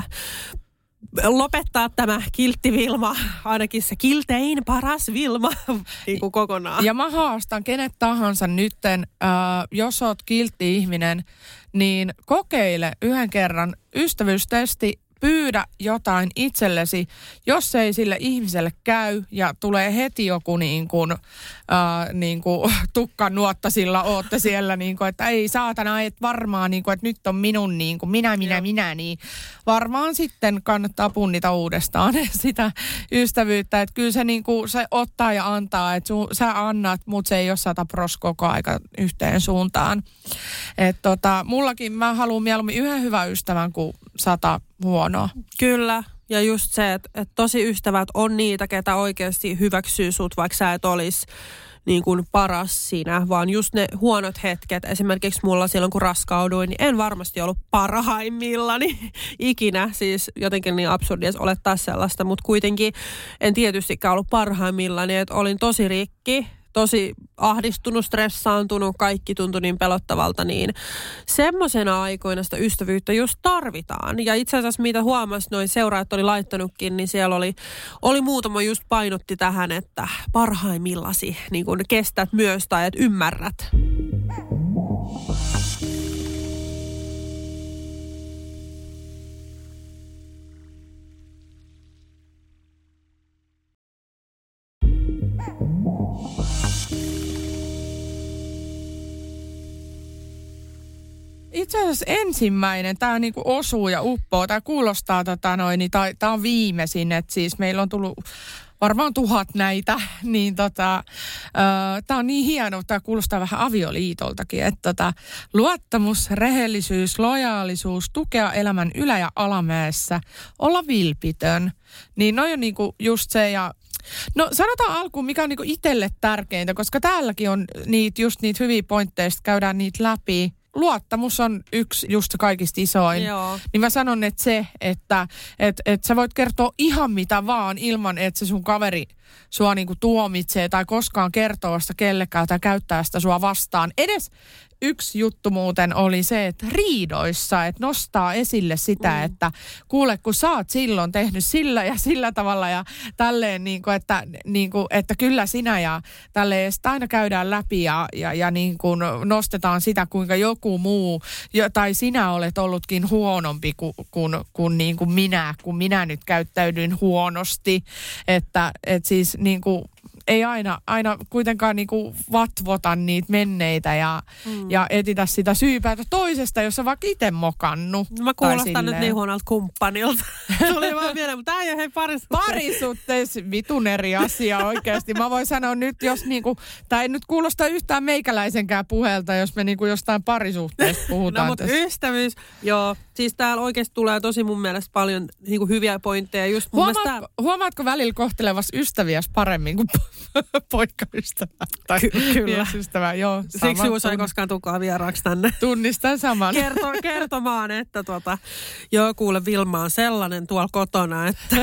S2: lopettaa tämä kiltti Vilma, ainakin se kiltein paras Vilma niin kuin kokonaan.
S3: Ja mä haastan kenet tahansa nytten, äh, jos oot kiltti ihminen, niin kokeile yhden kerran ystävyystesti, pyydä jotain itsellesi, jos ei sille ihmiselle käy ja tulee heti joku niin kuin, äh, niin kuin tukkan nuottasilla ootte siellä, niin kuin, että ei saatana, et varmaan, niin kuin, että nyt on minun niin kuin, minä, minä, Joo. minä, niin varmaan sitten kannattaa punnita uudestaan sitä ystävyyttä, että kyllä se, niin kuin, se ottaa ja antaa, että su, sä annat, mutta se ei ole sata pros koko aika yhteen suuntaan. Että tota, mullakin mä haluan mieluummin yhden hyvän ystävän kuin sata huonoa.
S2: Kyllä. Ja just se, että, että tosi ystävät on niitä, ketä oikeasti hyväksyy sut, vaikka sä et olisi niin kuin paras siinä, vaan just ne huonot hetket. Esimerkiksi mulla silloin, kun raskauduin, niin en varmasti ollut parhaimmillani ikinä. Siis jotenkin niin absurdia olettaa sellaista, mutta kuitenkin en tietystikään ollut parhaimmillani, että olin tosi rikki. Tosi ahdistunut, stressaantunut, kaikki tuntui niin pelottavalta, niin semmoisena aikoina sitä ystävyyttä just tarvitaan. Ja itse asiassa mitä huomasi, noin seuraajat oli laittanutkin, niin siellä oli, oli muutama just painotti tähän, että parhaimmillasi niin kun kestät myös tai että ymmärrät.
S3: Itse asiassa ensimmäinen, tämä niinku osuu ja uppoo, tämä kuulostaa, tota noin, niin tämä on viimeisin, että siis meillä on tullut varmaan tuhat näitä, niin tota, tämä on niin hieno, tämä kuulostaa vähän avioliitoltakin, että tota, luottamus, rehellisyys, lojaalisuus, tukea elämän ylä- ja alamäessä, olla vilpitön, niin noi on niinku just se ja no sanotaan alkuun, mikä on niinku itselle tärkeintä, koska täälläkin on niitä, just niitä hyviä pointteja, käydään niitä läpi. Luottamus on yksi just kaikista isoin.
S2: Joo.
S3: Niin mä sanon, että se, että et, et sä voit kertoa ihan mitä vaan ilman, että se sun kaveri sua niinku tuomitsee tai koskaan kertoo sitä kellekään tai käyttää sitä sua vastaan. Edes yksi juttu muuten oli se, että riidoissa, että nostaa esille sitä, mm. että kuule, kun sä oot silloin tehnyt sillä ja sillä tavalla ja tälleen, niin kuin, että, niin kuin, että kyllä sinä ja tälleen, sitä aina käydään läpi ja, ja, ja niin kuin nostetaan sitä, kuinka joku muu, jo, tai sinä olet ollutkin huonompi kuin, kuin, kuin, niin kuin minä, kun minä nyt käyttäydyin huonosti, että, että siis niin kuin ei aina, aina kuitenkaan niinku vatvota niitä menneitä ja, mm. ja etitä sitä syypäätä toisesta, jos on vaikka itse mokannut.
S2: Mä kuulostan nyt niin huonolta kumppanilta. Tuli vaan mieleen, mutta tämä ei ole hei parisuhteessa.
S3: Parisuhteessa vitun eri asia oikeasti. Mä voin sanoa nyt, jos niinku, tämä ei nyt kuulosta yhtään meikäläisenkään puheelta, jos me niinku jostain parisuhteesta puhutaan.
S2: No mutta ystävyys, joo. Siis täällä oikeasti tulee tosi mun mielestä paljon niinku hyviä pointteja. Just mun
S3: Huomaatko,
S2: mielestä...
S3: huomaatko välillä kohtelevas ystäviäsi paremmin kuin poikaystävää? Tai
S2: Ky- kyllä.
S3: Ystävää, joo.
S2: Siksi Juuso ei koskaan tukaan vieraaksi tänne.
S3: Tunnistan saman.
S2: Kerto, kertomaan, että tota, joo kuule Vilma on sellainen tuolla kotona, että...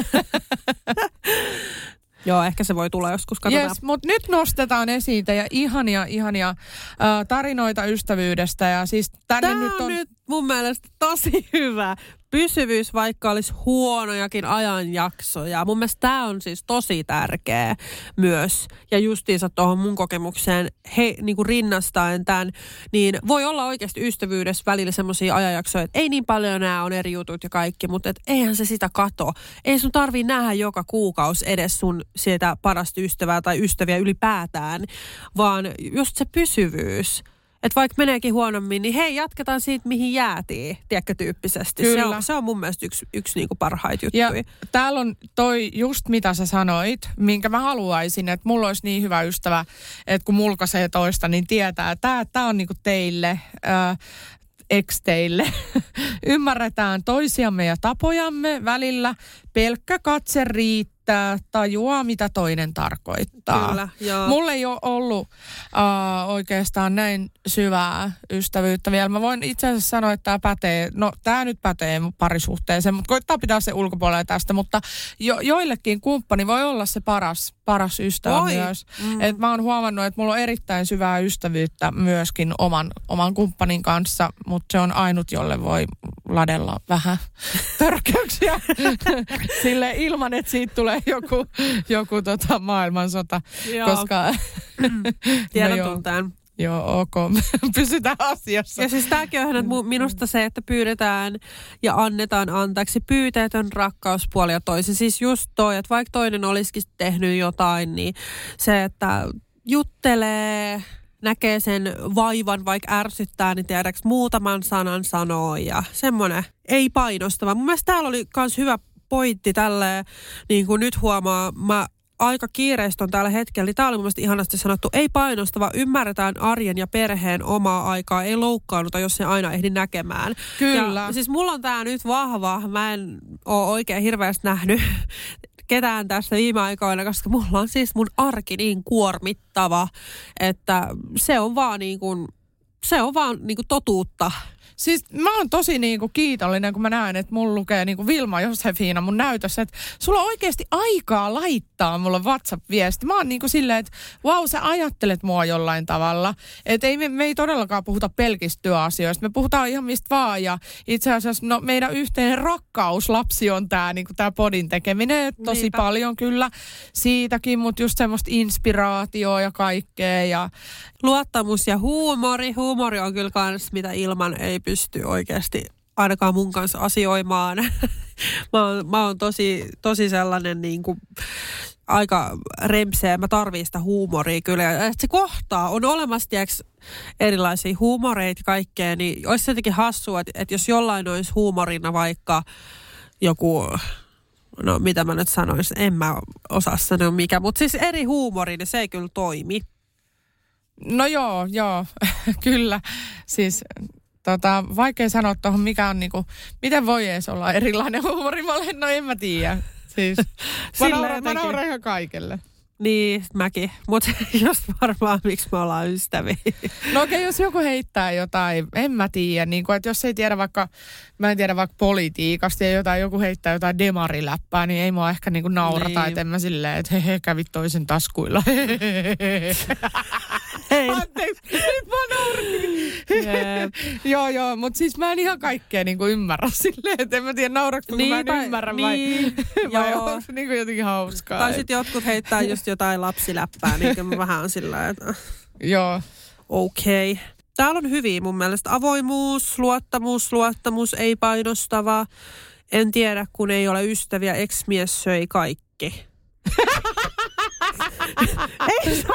S2: Joo, ehkä se voi tulla joskus, katsotaan.
S3: Yes, mutta nyt nostetaan esiin ja ihania, ihania äh, tarinoita ystävyydestä. Ja siis tänne
S2: Tämä
S3: nyt
S2: on,
S3: on
S2: nyt mun mielestä tosi hyvä. Pysyvyys, vaikka olisi huonojakin ajanjaksoja. Mun mielestä tämä on siis tosi tärkeä myös. Ja justiinsa tuohon mun kokemukseen he, niin kuin rinnastaen tämän, niin voi olla oikeasti ystävyydessä välillä semmoisia ajanjaksoja, että ei niin paljon nämä on eri jutut ja kaikki, mutta et eihän se sitä kato. Ei sun tarvii nähdä joka kuukausi edes sun sieltä parasta ystävää tai ystäviä ylipäätään, vaan just se pysyvyys. Että vaikka meneekin huonommin, niin hei, jatketaan siitä, mihin jäätiin, tiedätkö, tyyppisesti. Se on, se on mun mielestä yksi, yksi niinku parhaita juttuja.
S3: Ja täällä on toi just mitä sä sanoit, minkä mä haluaisin, että mulla olisi niin hyvä ystävä, että kun mulkaisee toista, niin tietää, että tää, tää on niinku teille, äh, ex-teille. Ymmärretään toisiamme ja tapojamme välillä. Pelkkä katse riittää. Tajuaa, mitä toinen tarkoittaa.
S2: Kyllä, joo.
S3: Mulla ei ole ollut uh, oikeastaan näin syvää ystävyyttä vielä. Mä voin itse asiassa sanoa, että tämä pätee, no tämä nyt pätee parisuhteeseen, mutta koittaa pitää se ulkopuolella tästä, mutta jo, joillekin kumppani voi olla se paras, paras ystävä
S2: Oi.
S3: myös.
S2: Mm.
S3: Et mä oon huomannut, että mulla on erittäin syvää ystävyyttä myöskin oman, oman kumppanin kanssa, mutta se on ainut, jolle voi ladella vähän törkeyksiä sille ilman, että siitä tulee joku, joku tota maailmansota,
S2: Joo.
S3: koska...
S2: Tiedän
S3: no
S2: tunteen.
S3: Joo, ok. Pysytään asiassa.
S2: Ja siis tämäkin on että minusta se, että pyydetään ja annetaan anteeksi pyyteetön rakkaus puoli ja toisin. Siis just toi, että vaikka toinen olisikin tehnyt jotain, niin se, että juttelee, näkee sen vaivan, vaikka ärsyttää, niin tiedäks muutaman sanan sanoo ja semmoinen ei painostava. Mun mielestä täällä oli myös hyvä pointti tälleen, niin kuin nyt huomaa, mä aika kiireistä on täällä hetkellä, niin tää oli mun mielestä ihanasti sanottu, ei painostava, ymmärretään arjen ja perheen omaa aikaa, ei loukkaannuta, jos se aina ehdi näkemään.
S3: Kyllä.
S2: Ja siis mulla on tää nyt vahva, mä en oo oikein hirveästi nähnyt ketään tästä viime aikoina, koska mulla on siis mun arki niin kuormittava, että se on vaan niin kuin, se on vaan niin kuin totuutta.
S3: Siis mä oon tosi niinku kiitollinen, kun mä näen, että mulla lukee niinku Vilma Josefina mun näytössä, että sulla on oikeasti aikaa laittaa mulle WhatsApp-viesti. Mä oon niinku silleen, että vau, sä ajattelet mua jollain tavalla. Että ei, me, me ei todellakaan puhuta pelkistä työasioista. Me puhutaan ihan mistä vaan ja itse asiassa no, meidän yhteinen rakkauslapsi on tää, niinku tää podin tekeminen. Tosi Niinpä. Paljon kyllä siitäkin, mutta just semmoista inspiraatioa ja kaikkea. Ja...
S2: Luottamus ja huumori. Huumori on kyllä kans, mitä ilman ei pysty oikeasti ainakaan mun kanssa asioimaan. mä, oon, mä oon tosi, tosi sellainen niin kuin aika rempseä. Mä tarvitsen sitä huumoria kyllä. Ja se kohtaa on olemassa tiiäks, erilaisia huumoreita ja kaikkea, niin olisi se jotenkin hassua, että, että jos jollain olisi huumorina vaikka joku... No mitä mä nyt sanoisin, en mä osaa sanoa mikä, mutta siis eri huumori, niin se ei kyllä toimi.
S3: No joo, joo, kyllä. Siis tota, vaikea sanoa tuohon, mikä on niinku, miten voi edes olla erilainen huumori. Mä olen, no en mä tiedä. Siis mä nauran, mä nauran ihan kaikelle.
S2: Niin, mäkin. Mutta just varmaan, miksi me ollaan ystäviä.
S3: No okei, okay, jos joku heittää jotain, en mä tiedä. Niin kun, että jos ei tiedä vaikka, mä en tiedä vaikka politiikasta ja jotain, joku heittää jotain demariläppää, niin ei mua ehkä niin kuin naurata. Niin. Että en mä silleen, että he, he kävit toisen taskuilla. Hei. Anteeksi, nyt mä naurin. Joo, joo, mutta siis mä en ihan kaikkea niin kuin ymmärrä silleen, että en mä tiedä nauraks, kun niin, mä en tai, ymmärrä niin, vai, vai onko se niin kuin jotenkin hauskaa.
S2: Tai sitten jotkut heittää just jotain lapsiläppää, niin mä vähän on sillä että...
S3: Joo.
S2: Okei. Okay. Täällä on hyviä mun mielestä. Avoimuus, luottamus, luottamus, ei painostava. En tiedä, kun ei ole ystäviä, ex-mies söi kaikki. Ei se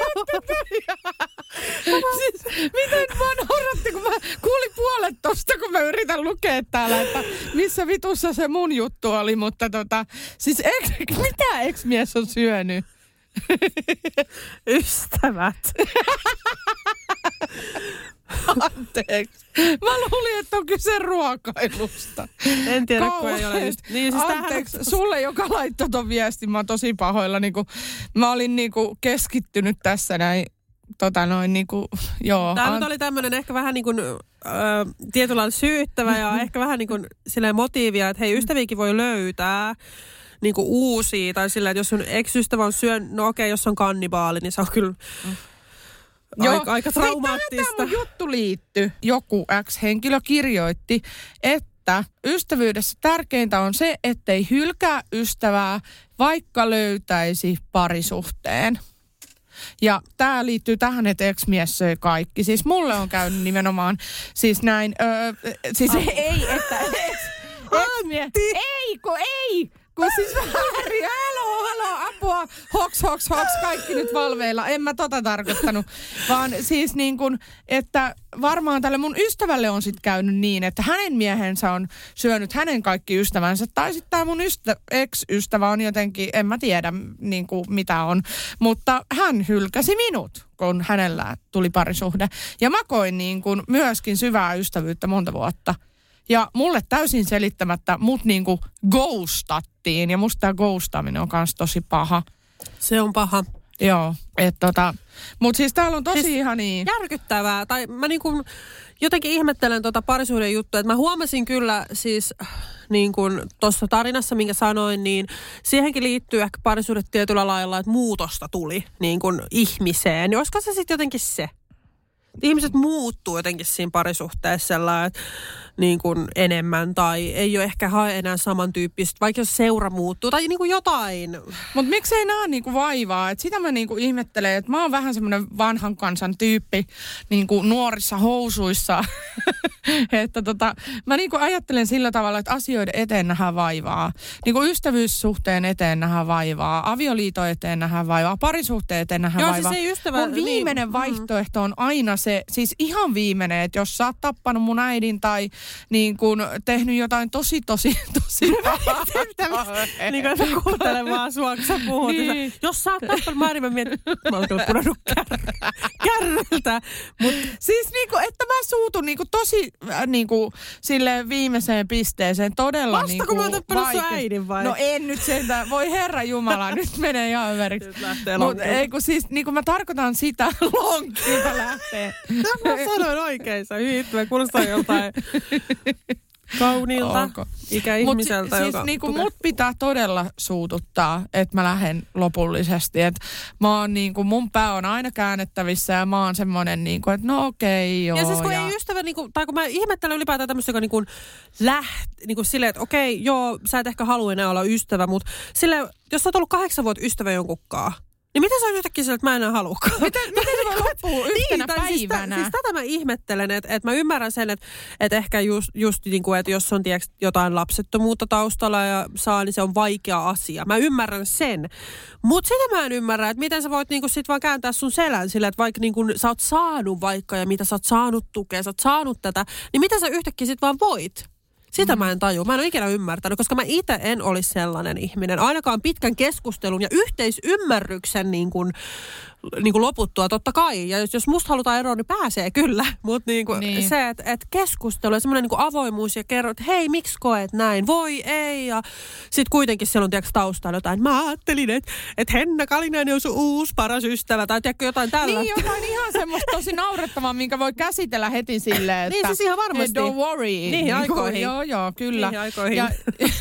S3: siis, miten mä nauratti, kun mä kuulin puolet tosta, kun mä yritän lukea täällä, että missä vitussa se mun juttu oli, mutta tota, siis eks, mitä ex-mies on syönyt?
S2: Ystävät.
S3: Anteeksi. Mä luulin, että on kyse ruokailusta.
S2: En tiedä, kun ei ole just... Niin, siis
S3: Anteeksi,
S2: tähän...
S3: sulle, joka laittoi ton viestin, mä oon tosi pahoilla. Niin kuin, mä olin niin kuin keskittynyt tässä näin, tota noin niin kuin, joo.
S2: Tämä
S3: an...
S2: nyt oli tämmöinen ehkä vähän niin kuin äh, tietyllä lailla syyttävä ja ehkä vähän niin kuin silleen motiivia, että hei, ystäviäkin voi löytää niin kuin uusia. Tai silleen, että jos sun ex-ystävä on syön, no okei, jos on kannibaali, niin se on kyllä... Mm.
S3: Joo,
S2: aika, aika traumaattista.
S3: Hei, tähän juttu liittyy. Joku X-henkilö kirjoitti, että ystävyydessä tärkeintä on se, ettei hylkää ystävää, vaikka löytäisi parisuhteen. Ja tämä liittyy tähän, että ex-mies söi kaikki. Siis mulle on käynyt nimenomaan siis näin, öö, siis oh. ei, että ex, ex-mies, ei kun ei. Kun siis väärin, haloo, haloo, apua, hoks, hoks, hoks, kaikki nyt valveilla. En mä tota tarkoittanut, vaan siis niin kuin, että varmaan tälle mun ystävälle on sitten käynyt niin, että hänen miehensä on syönyt hänen kaikki ystävänsä. Tai sitten tämä mun ystä, ex-ystävä on jotenkin, en mä tiedä niin kuin mitä on. Mutta hän hylkäsi minut, kun hänellä tuli parisuhde. Ja mä koin niin kuin myöskin syvää ystävyyttä monta vuotta. Ja mulle täysin selittämättä mut niinku ghostattiin. Ja musta tää ghostaaminen on kans tosi paha.
S2: Se on paha.
S3: Joo, että tota... Mut siis täällä on tosi siis ihania...
S2: Järkyttävää. Tai mä niinku jotenkin ihmettelen tota parisuuden juttua. Että mä huomasin kyllä siis niin kuin tuossa tarinassa, minkä sanoin, niin siihenkin liittyy ehkä parisuudet tietyllä lailla, että muutosta tuli niin kuin ihmiseen. Niin olisiko se sitten jotenkin se? Ihmiset muuttuu jotenkin siinä parisuhteessa sellainen, että niin kuin enemmän tai ei ole ehkä hae enää samantyyppistä, vaikka jos seura muuttuu tai niin kuin jotain.
S3: Mutta miksei nämä niin kuin vaivaa? Et sitä mä niin kuin ihmettelen, että mä oon vähän semmoinen vanhan kansan tyyppi niin kuin nuorissa housuissa. että tota, mä niin kuin ajattelen sillä tavalla, että asioiden eteen nähdään vaivaa. Niin kuin ystävyyssuhteen eteen nähdään vaivaa, avioliiton eteen nähdään vaivaa, parisuhteen eteen nähdään
S2: Joo,
S3: vaivaa.
S2: Siis ei ystävä,
S3: mun viimeinen
S2: niin,
S3: vaihtoehto on aina se, siis ihan viimeinen, että jos sä oot tappanut mun äidin tai niin kuin tehnyt jotain tosi, tosi, tosi pahaa.
S2: Niin kuin sä kuuntelen vaan sua, kun sä puhut. Niin. Sä, jos sä oot tappanut mä, niin mä mietin, mä oon kyllä pudonnut kär- kärryltä.
S3: Mut siis niin kuin, että mä suutun niin kuin tosi äh, niin kuin silleen viimeiseen pisteeseen todella
S2: Vasta,
S3: niin kuin
S2: kun mä oon tappanut
S3: vaike-
S2: sun äidin vai?
S3: No en nyt sentään, voi herra jumala, nyt menee ihan överiksi. Nyt lähtee lonkilta. Mut ei kun siis, niin kuin mä tarkoitan sitä, lonkilta lähtee.
S2: Mä sanoin oikein, sä hyvin, kuulostaa joltain kauniilta
S3: Onko?
S2: ikäihmiseltä.
S3: Mut siis niinku mut pitää todella suututtaa, että mä lähden lopullisesti. Et mä oon niinku, mun pää on aina käännettävissä ja mä oon semmonen niinku, että no okei okay, joo.
S2: Ja siis kun ja... ei ystävä, niinku, tai kun mä ihmettelen ylipäätään tämmöistä, joka niinku läht, niinku silleen, että okei okay, joo, sä et ehkä halua enää olla ystävä, mutta silleen, jos sä oot ollut kahdeksan vuotta ystävä jonkunkaan, niin miten sä on yhtäkkiä sillä, että mä enää halukaan?
S3: Miten, miten se voi loppua yhtenä niin, päivänä?
S2: Siis, siis tätä mä ihmettelen, että, että mä ymmärrän sen, että, että ehkä just, just niin kuin, että jos on tiiäks, jotain lapsettomuutta taustalla ja saa, niin se on vaikea asia. Mä ymmärrän sen. Mutta sitä mä en ymmärrä, että miten sä voit niin kuin sit vaan kääntää sun selän sillä, että vaikka niin kuin sä oot saanut vaikka ja mitä sä oot saanut tukea, sä oot saanut tätä, niin miten sä yhtäkkiä sit vaan voit? Sitä mä en tajua. Mä en ole ikinä ymmärtänyt, koska mä itse en olisi sellainen ihminen. Ainakaan pitkän keskustelun ja yhteisymmärryksen niin kuin, niin kuin loputtua totta kai. Ja jos, jos musta halutaan eroa, niin pääsee kyllä. Mutta niin kuin niin. se, että et keskustelu ja semmoinen niin kuin avoimuus ja kerro, että hei, miksi koet näin? Voi, ei. Ja sitten kuitenkin siellä on tiedätkö, taustalla jotain. Mä ajattelin, että et Henna Kalinainen on sun uusi paras ystävä. Tai tiedätkö jotain tällaista.
S3: Niin, jotain ihan semmoista tosi naurettavaa, minkä voi käsitellä heti silleen, että
S2: niin, siis ihan varmasti.
S3: Hey, don't worry.
S2: Niihin aikoihin.
S3: Joo, joo, kyllä.
S2: Niihin aikoihin. Ja...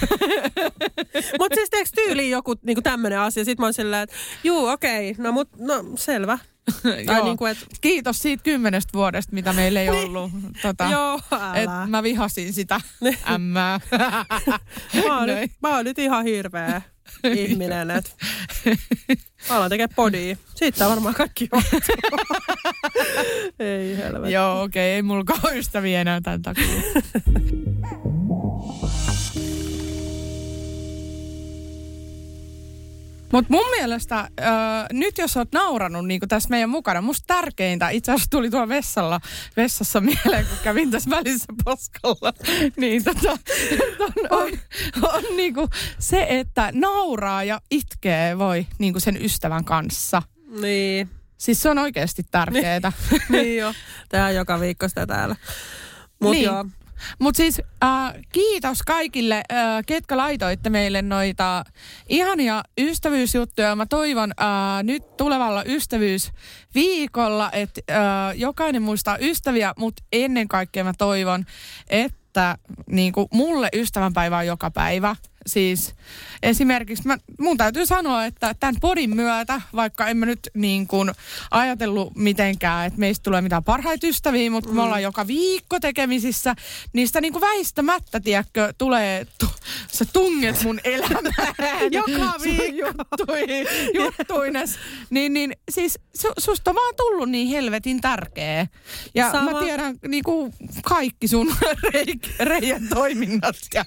S2: Mutta siis teekö tyyliin joku niinku tämmöinen asia? Sitten mä oon silleen, että juu, okei, okay. no mut, no selvä.
S3: Joo. Niin kuin, et... Kiitos siitä kymmenestä vuodesta, mitä meillä ei ollut. tota,
S2: Joo,
S3: et mä vihasin sitä ämmää.
S2: mä, oon nyt, mä oon nyt ihan hirveä ihminen, että mä alan tekemään podia. Siitä on varmaan kaikki johtuu. Ei helvetti.
S3: Joo, okei, okay, ei mullakaan ole ystäviä enää tämän takia. Mutta mun mielestä äh, nyt jos oot nauranut niin tässä meidän mukana, musta tärkeintä itse asiassa tuli tuolla vessalla, vessassa mieleen, kun kävin tässä välissä poskalla, niin tota, on, on, on niinku se, että nauraa ja itkee voi niinku sen ystävän kanssa.
S2: Niin.
S3: Siis se on oikeasti tärkeetä.
S2: Niin jo. Tää on joka viikko sitä täällä. Mut
S3: niin.
S2: joo.
S3: Mutta siis äh, kiitos kaikille, äh, ketkä laitoitte meille noita ihania ystävyysjuttuja. Mä toivon äh, nyt tulevalla ystävyysviikolla, että äh, jokainen muistaa ystäviä, mutta ennen kaikkea mä toivon, että niinku, mulle ystävänpäivä on joka päivä. Siis esimerkiksi mä, mun täytyy sanoa, että tämän podin myötä, vaikka en mä nyt niin kuin ajatellut mitenkään, että meistä tulee mitään parhaita ystäviä, mutta mm. me ollaan joka viikko tekemisissä, niistä niin kuin väistämättä, tiedätkö, tulee, tu, sä tunget mun elämään.
S2: Joka viikko.
S3: Juttui, juttuines. Niin, niin siis su, susta on vaan tullut niin helvetin tärkeä. Ja Sama. mä tiedän niin kuin kaikki sun reijän toiminnat. Ja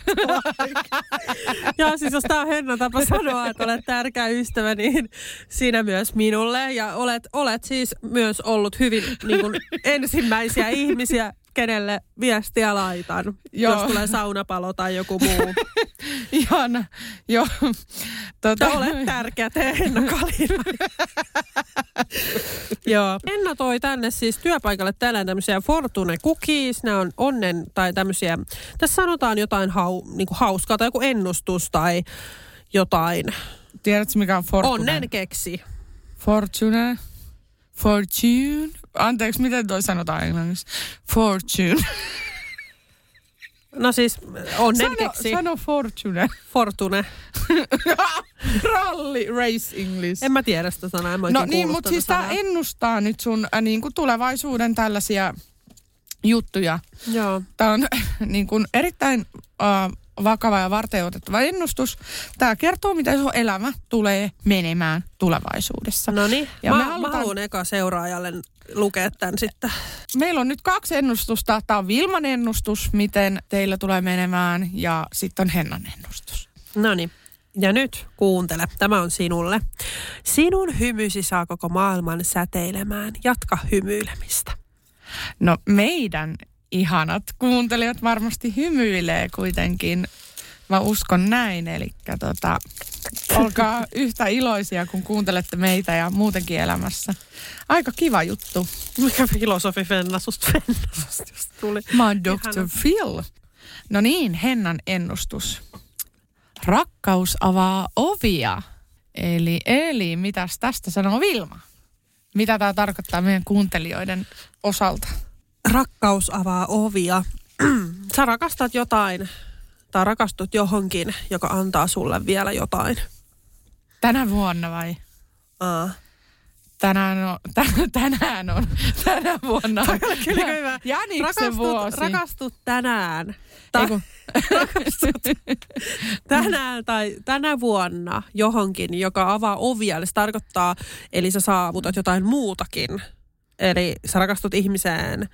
S2: ja siis jos tää on Henna tapa sanoa, että olet tärkeä ystävä, niin siinä myös minulle. Ja olet, olet siis myös ollut hyvin niin kuin ensimmäisiä ihmisiä, kenelle viestiä laitan, Joo. jos tulee saunapalo tai joku muu.
S3: Ihana. Joo.
S2: Tota... Olet tärkeä, tee Henna Kalina. Joo. Henna toi tänne siis työpaikalle tänään tämmöisiä Fortune Cookies. Nämä on onnen tai tämmöisiä, tässä sanotaan jotain hau, niin kuin hauskaa tai joku ennustus tai jotain.
S3: Tiedätkö mikä on Fortune?
S2: Onnen keksi.
S3: Fortune. Fortune. Anteeksi, miten toi sanotaan englanniksi? Fortune.
S2: No siis onnen
S3: sano,
S2: keksi.
S3: Sano Fortune.
S2: Fortune.
S3: Rally race English.
S2: En mä tiedä sitä sanaa. En mä
S3: no niin, mutta siis tää ennustaa nyt sun äh, niin kuin tulevaisuuden tällaisia juttuja.
S2: Joo.
S3: Tää on niin kuin erittäin äh, vakava ja varteenotettava ennustus. Tää kertoo, miten sun elämä tulee menemään tulevaisuudessa.
S2: No niin,
S3: ja
S2: mä,
S3: me halutaan...
S2: mä haluan eka seuraajalle lukea tämän sitten.
S3: Meillä on nyt kaksi ennustusta. Tää on Vilman ennustus, miten teillä tulee menemään, ja sitten on Hennan ennustus.
S2: No niin. Ja nyt kuuntele, tämä on sinulle. Sinun hymysi saa koko maailman säteilemään. Jatka hymyilemistä.
S3: No meidän ihanat kuuntelijat varmasti hymyilee kuitenkin. Mä uskon näin, eli tota, olkaa yhtä iloisia, kun kuuntelette meitä ja muutenkin elämässä. Aika kiva juttu.
S2: Mikä filosofi Fenna susta Fennasusta just tuli?
S3: Mä oon doktor Phil. No niin, Hennan ennustus. Rakkaus avaa ovia. Eli, eli mitäs tästä sanoo Vilma? Mitä tämä tarkoittaa meidän kuuntelijoiden osalta?
S2: Rakkaus avaa ovia. Sä rakastat jotain tai rakastut johonkin, joka antaa sulle vielä jotain.
S3: Tänä vuonna vai?
S2: Aa.
S3: Tänään on, t- tänään on, tänä vuonna.
S2: Kyllä hyvä.
S3: Jäniksen
S2: rakastut,
S3: vuosi.
S2: Rakastut tänään. Ta- rakastut tänään tai tänä vuonna johonkin, joka avaa ovia. Eli se tarkoittaa, eli sä saavutat jotain muutakin. Eli sä rakastut ihmiseen,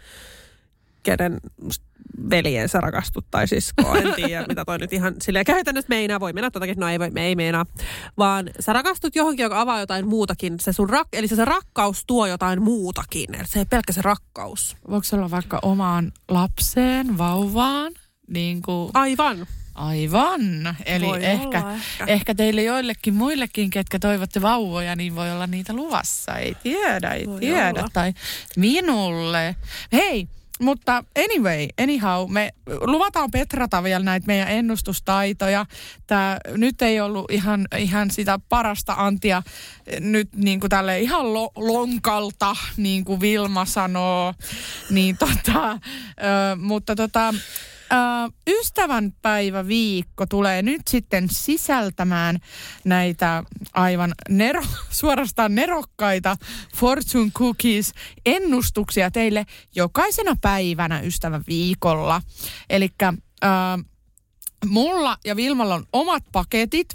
S2: kenen veljeen sä rakastut, tai siskoa, en tiedä, mitä toi nyt ihan silleen käytännössä meinaa, voi mennä totakin, no ei, voi, ei meinaa, vaan sä rakastut johonkin, joka avaa jotain muutakin, se sun rak, eli se, se rakkaus tuo jotain muutakin, eli se ei pelkkä se rakkaus.
S3: Voiko se olla vaikka omaan lapseen, vauvaan, niin kuin...
S2: Aivan.
S3: Aivan. Eli ehkä,
S2: olla, ehkä.
S3: ehkä teille joillekin muillekin, ketkä toivotte vauvoja, niin voi olla niitä luvassa. Ei tiedä, ei voi tiedä. Olla. Tai minulle. Hei, mutta anyway, anyhow, me luvataan petrata vielä näitä meidän ennustustaitoja. Tää nyt ei ollut ihan, ihan sitä parasta antia nyt niin kuin tälle ihan lo, lonkalta, niin kuin Vilma sanoo. Niin tota, ö, mutta tota... Uh, ystävänpäiväviikko tulee nyt sitten sisältämään näitä aivan nero, suorastaan nerokkaita Fortune Cookies ennustuksia teille jokaisena päivänä ystävän viikolla. Elikkä uh, mulla ja Vilmalla on omat paketit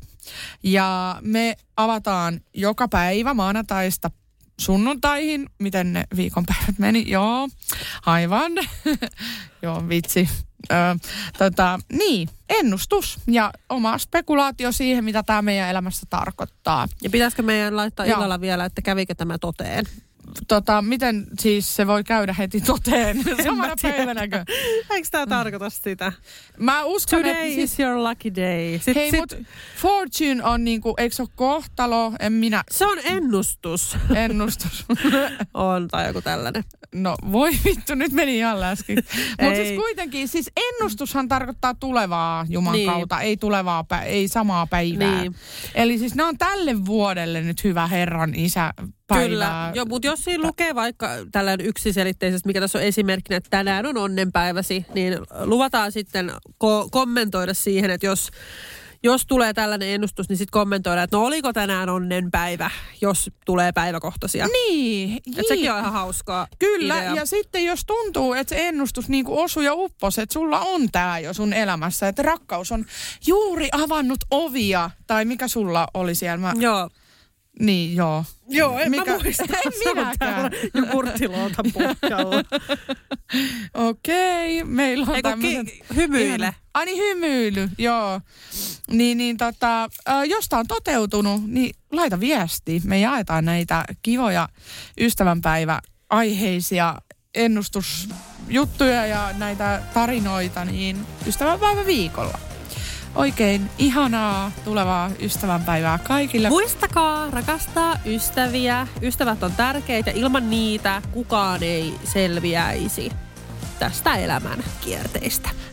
S3: ja me avataan joka päivä maanantaista sunnuntaihin, miten ne viikonpäivät meni. Joo, aivan. Joo, vitsi. Öö, tota, niin, ennustus ja oma spekulaatio siihen, mitä tämä meidän elämässä tarkoittaa.
S2: Ja pitäisikö meidän laittaa
S3: Joo.
S2: illalla vielä, että kävikö tämä toteen?
S3: Tota, miten siis se voi käydä heti toteen samana päivänäkö?
S2: Eikö tämä tarkoita sitä?
S3: Mä uskon,
S2: Today
S3: että
S2: is
S3: siis,
S2: your lucky day. Sit,
S3: hei,
S2: sit,
S3: mut fortune on niinku, eikö se ole kohtalo? En minä.
S2: se on ennustus.
S3: Ennustus.
S2: On tai joku tällainen.
S3: No voi vittu, nyt meni ihan läski. Mutta
S2: Ei.
S3: siis kuitenkin, siis ennustushan tarkoittaa tulevaa Juman
S2: Niin.
S3: kautta, ei tulevaa, pä- ei samaa päivää.
S2: Niin.
S3: Eli siis ne on tälle vuodelle nyt hyvä Herran isä päivää.
S2: Kyllä, jo, mutta jos siinä lukee vaikka tällainen yksiselitteisesti, mikä tässä on esimerkkinä, että tänään on onnenpäiväsi, niin luvataan sitten ko- kommentoida siihen, että jos, jos tulee tällainen ennustus, niin sitten kommentoida, että no oliko tänään onnenpäivä, jos tulee päiväkohtaisia.
S3: Niin.
S2: Että sekin on ihan hauskaa.
S3: Kyllä,
S2: idea.
S3: ja sitten jos tuntuu, että se ennustus niin kuin osuu ja upposi, että sulla on tämä jo sun elämässä, että rakkaus on juuri avannut ovia, tai mikä sulla oli siellä? Mä...
S2: Joo.
S3: Niin, joo.
S2: Joo, en
S3: Mikä?
S2: mä muista.
S3: En minäkään.
S2: Jogurttiloota pohjalla.
S3: Okei, meillä on
S2: Eiku,
S3: tämmöiset...
S2: ki- hymyile.
S3: Ai niin, hymyily, joo. Niin, niin tota, äh, jos tää on toteutunut, niin laita viesti. Me jaetaan näitä kivoja ystävänpäivä-aiheisia ennustusjuttuja ja näitä tarinoita niin ystävänpäivä viikolla. Oikein ihanaa tulevaa ystävänpäivää kaikille.
S2: Muistakaa rakastaa ystäviä. Ystävät on tärkeitä. Ilman niitä kukaan ei selviäisi tästä elämän kierteistä.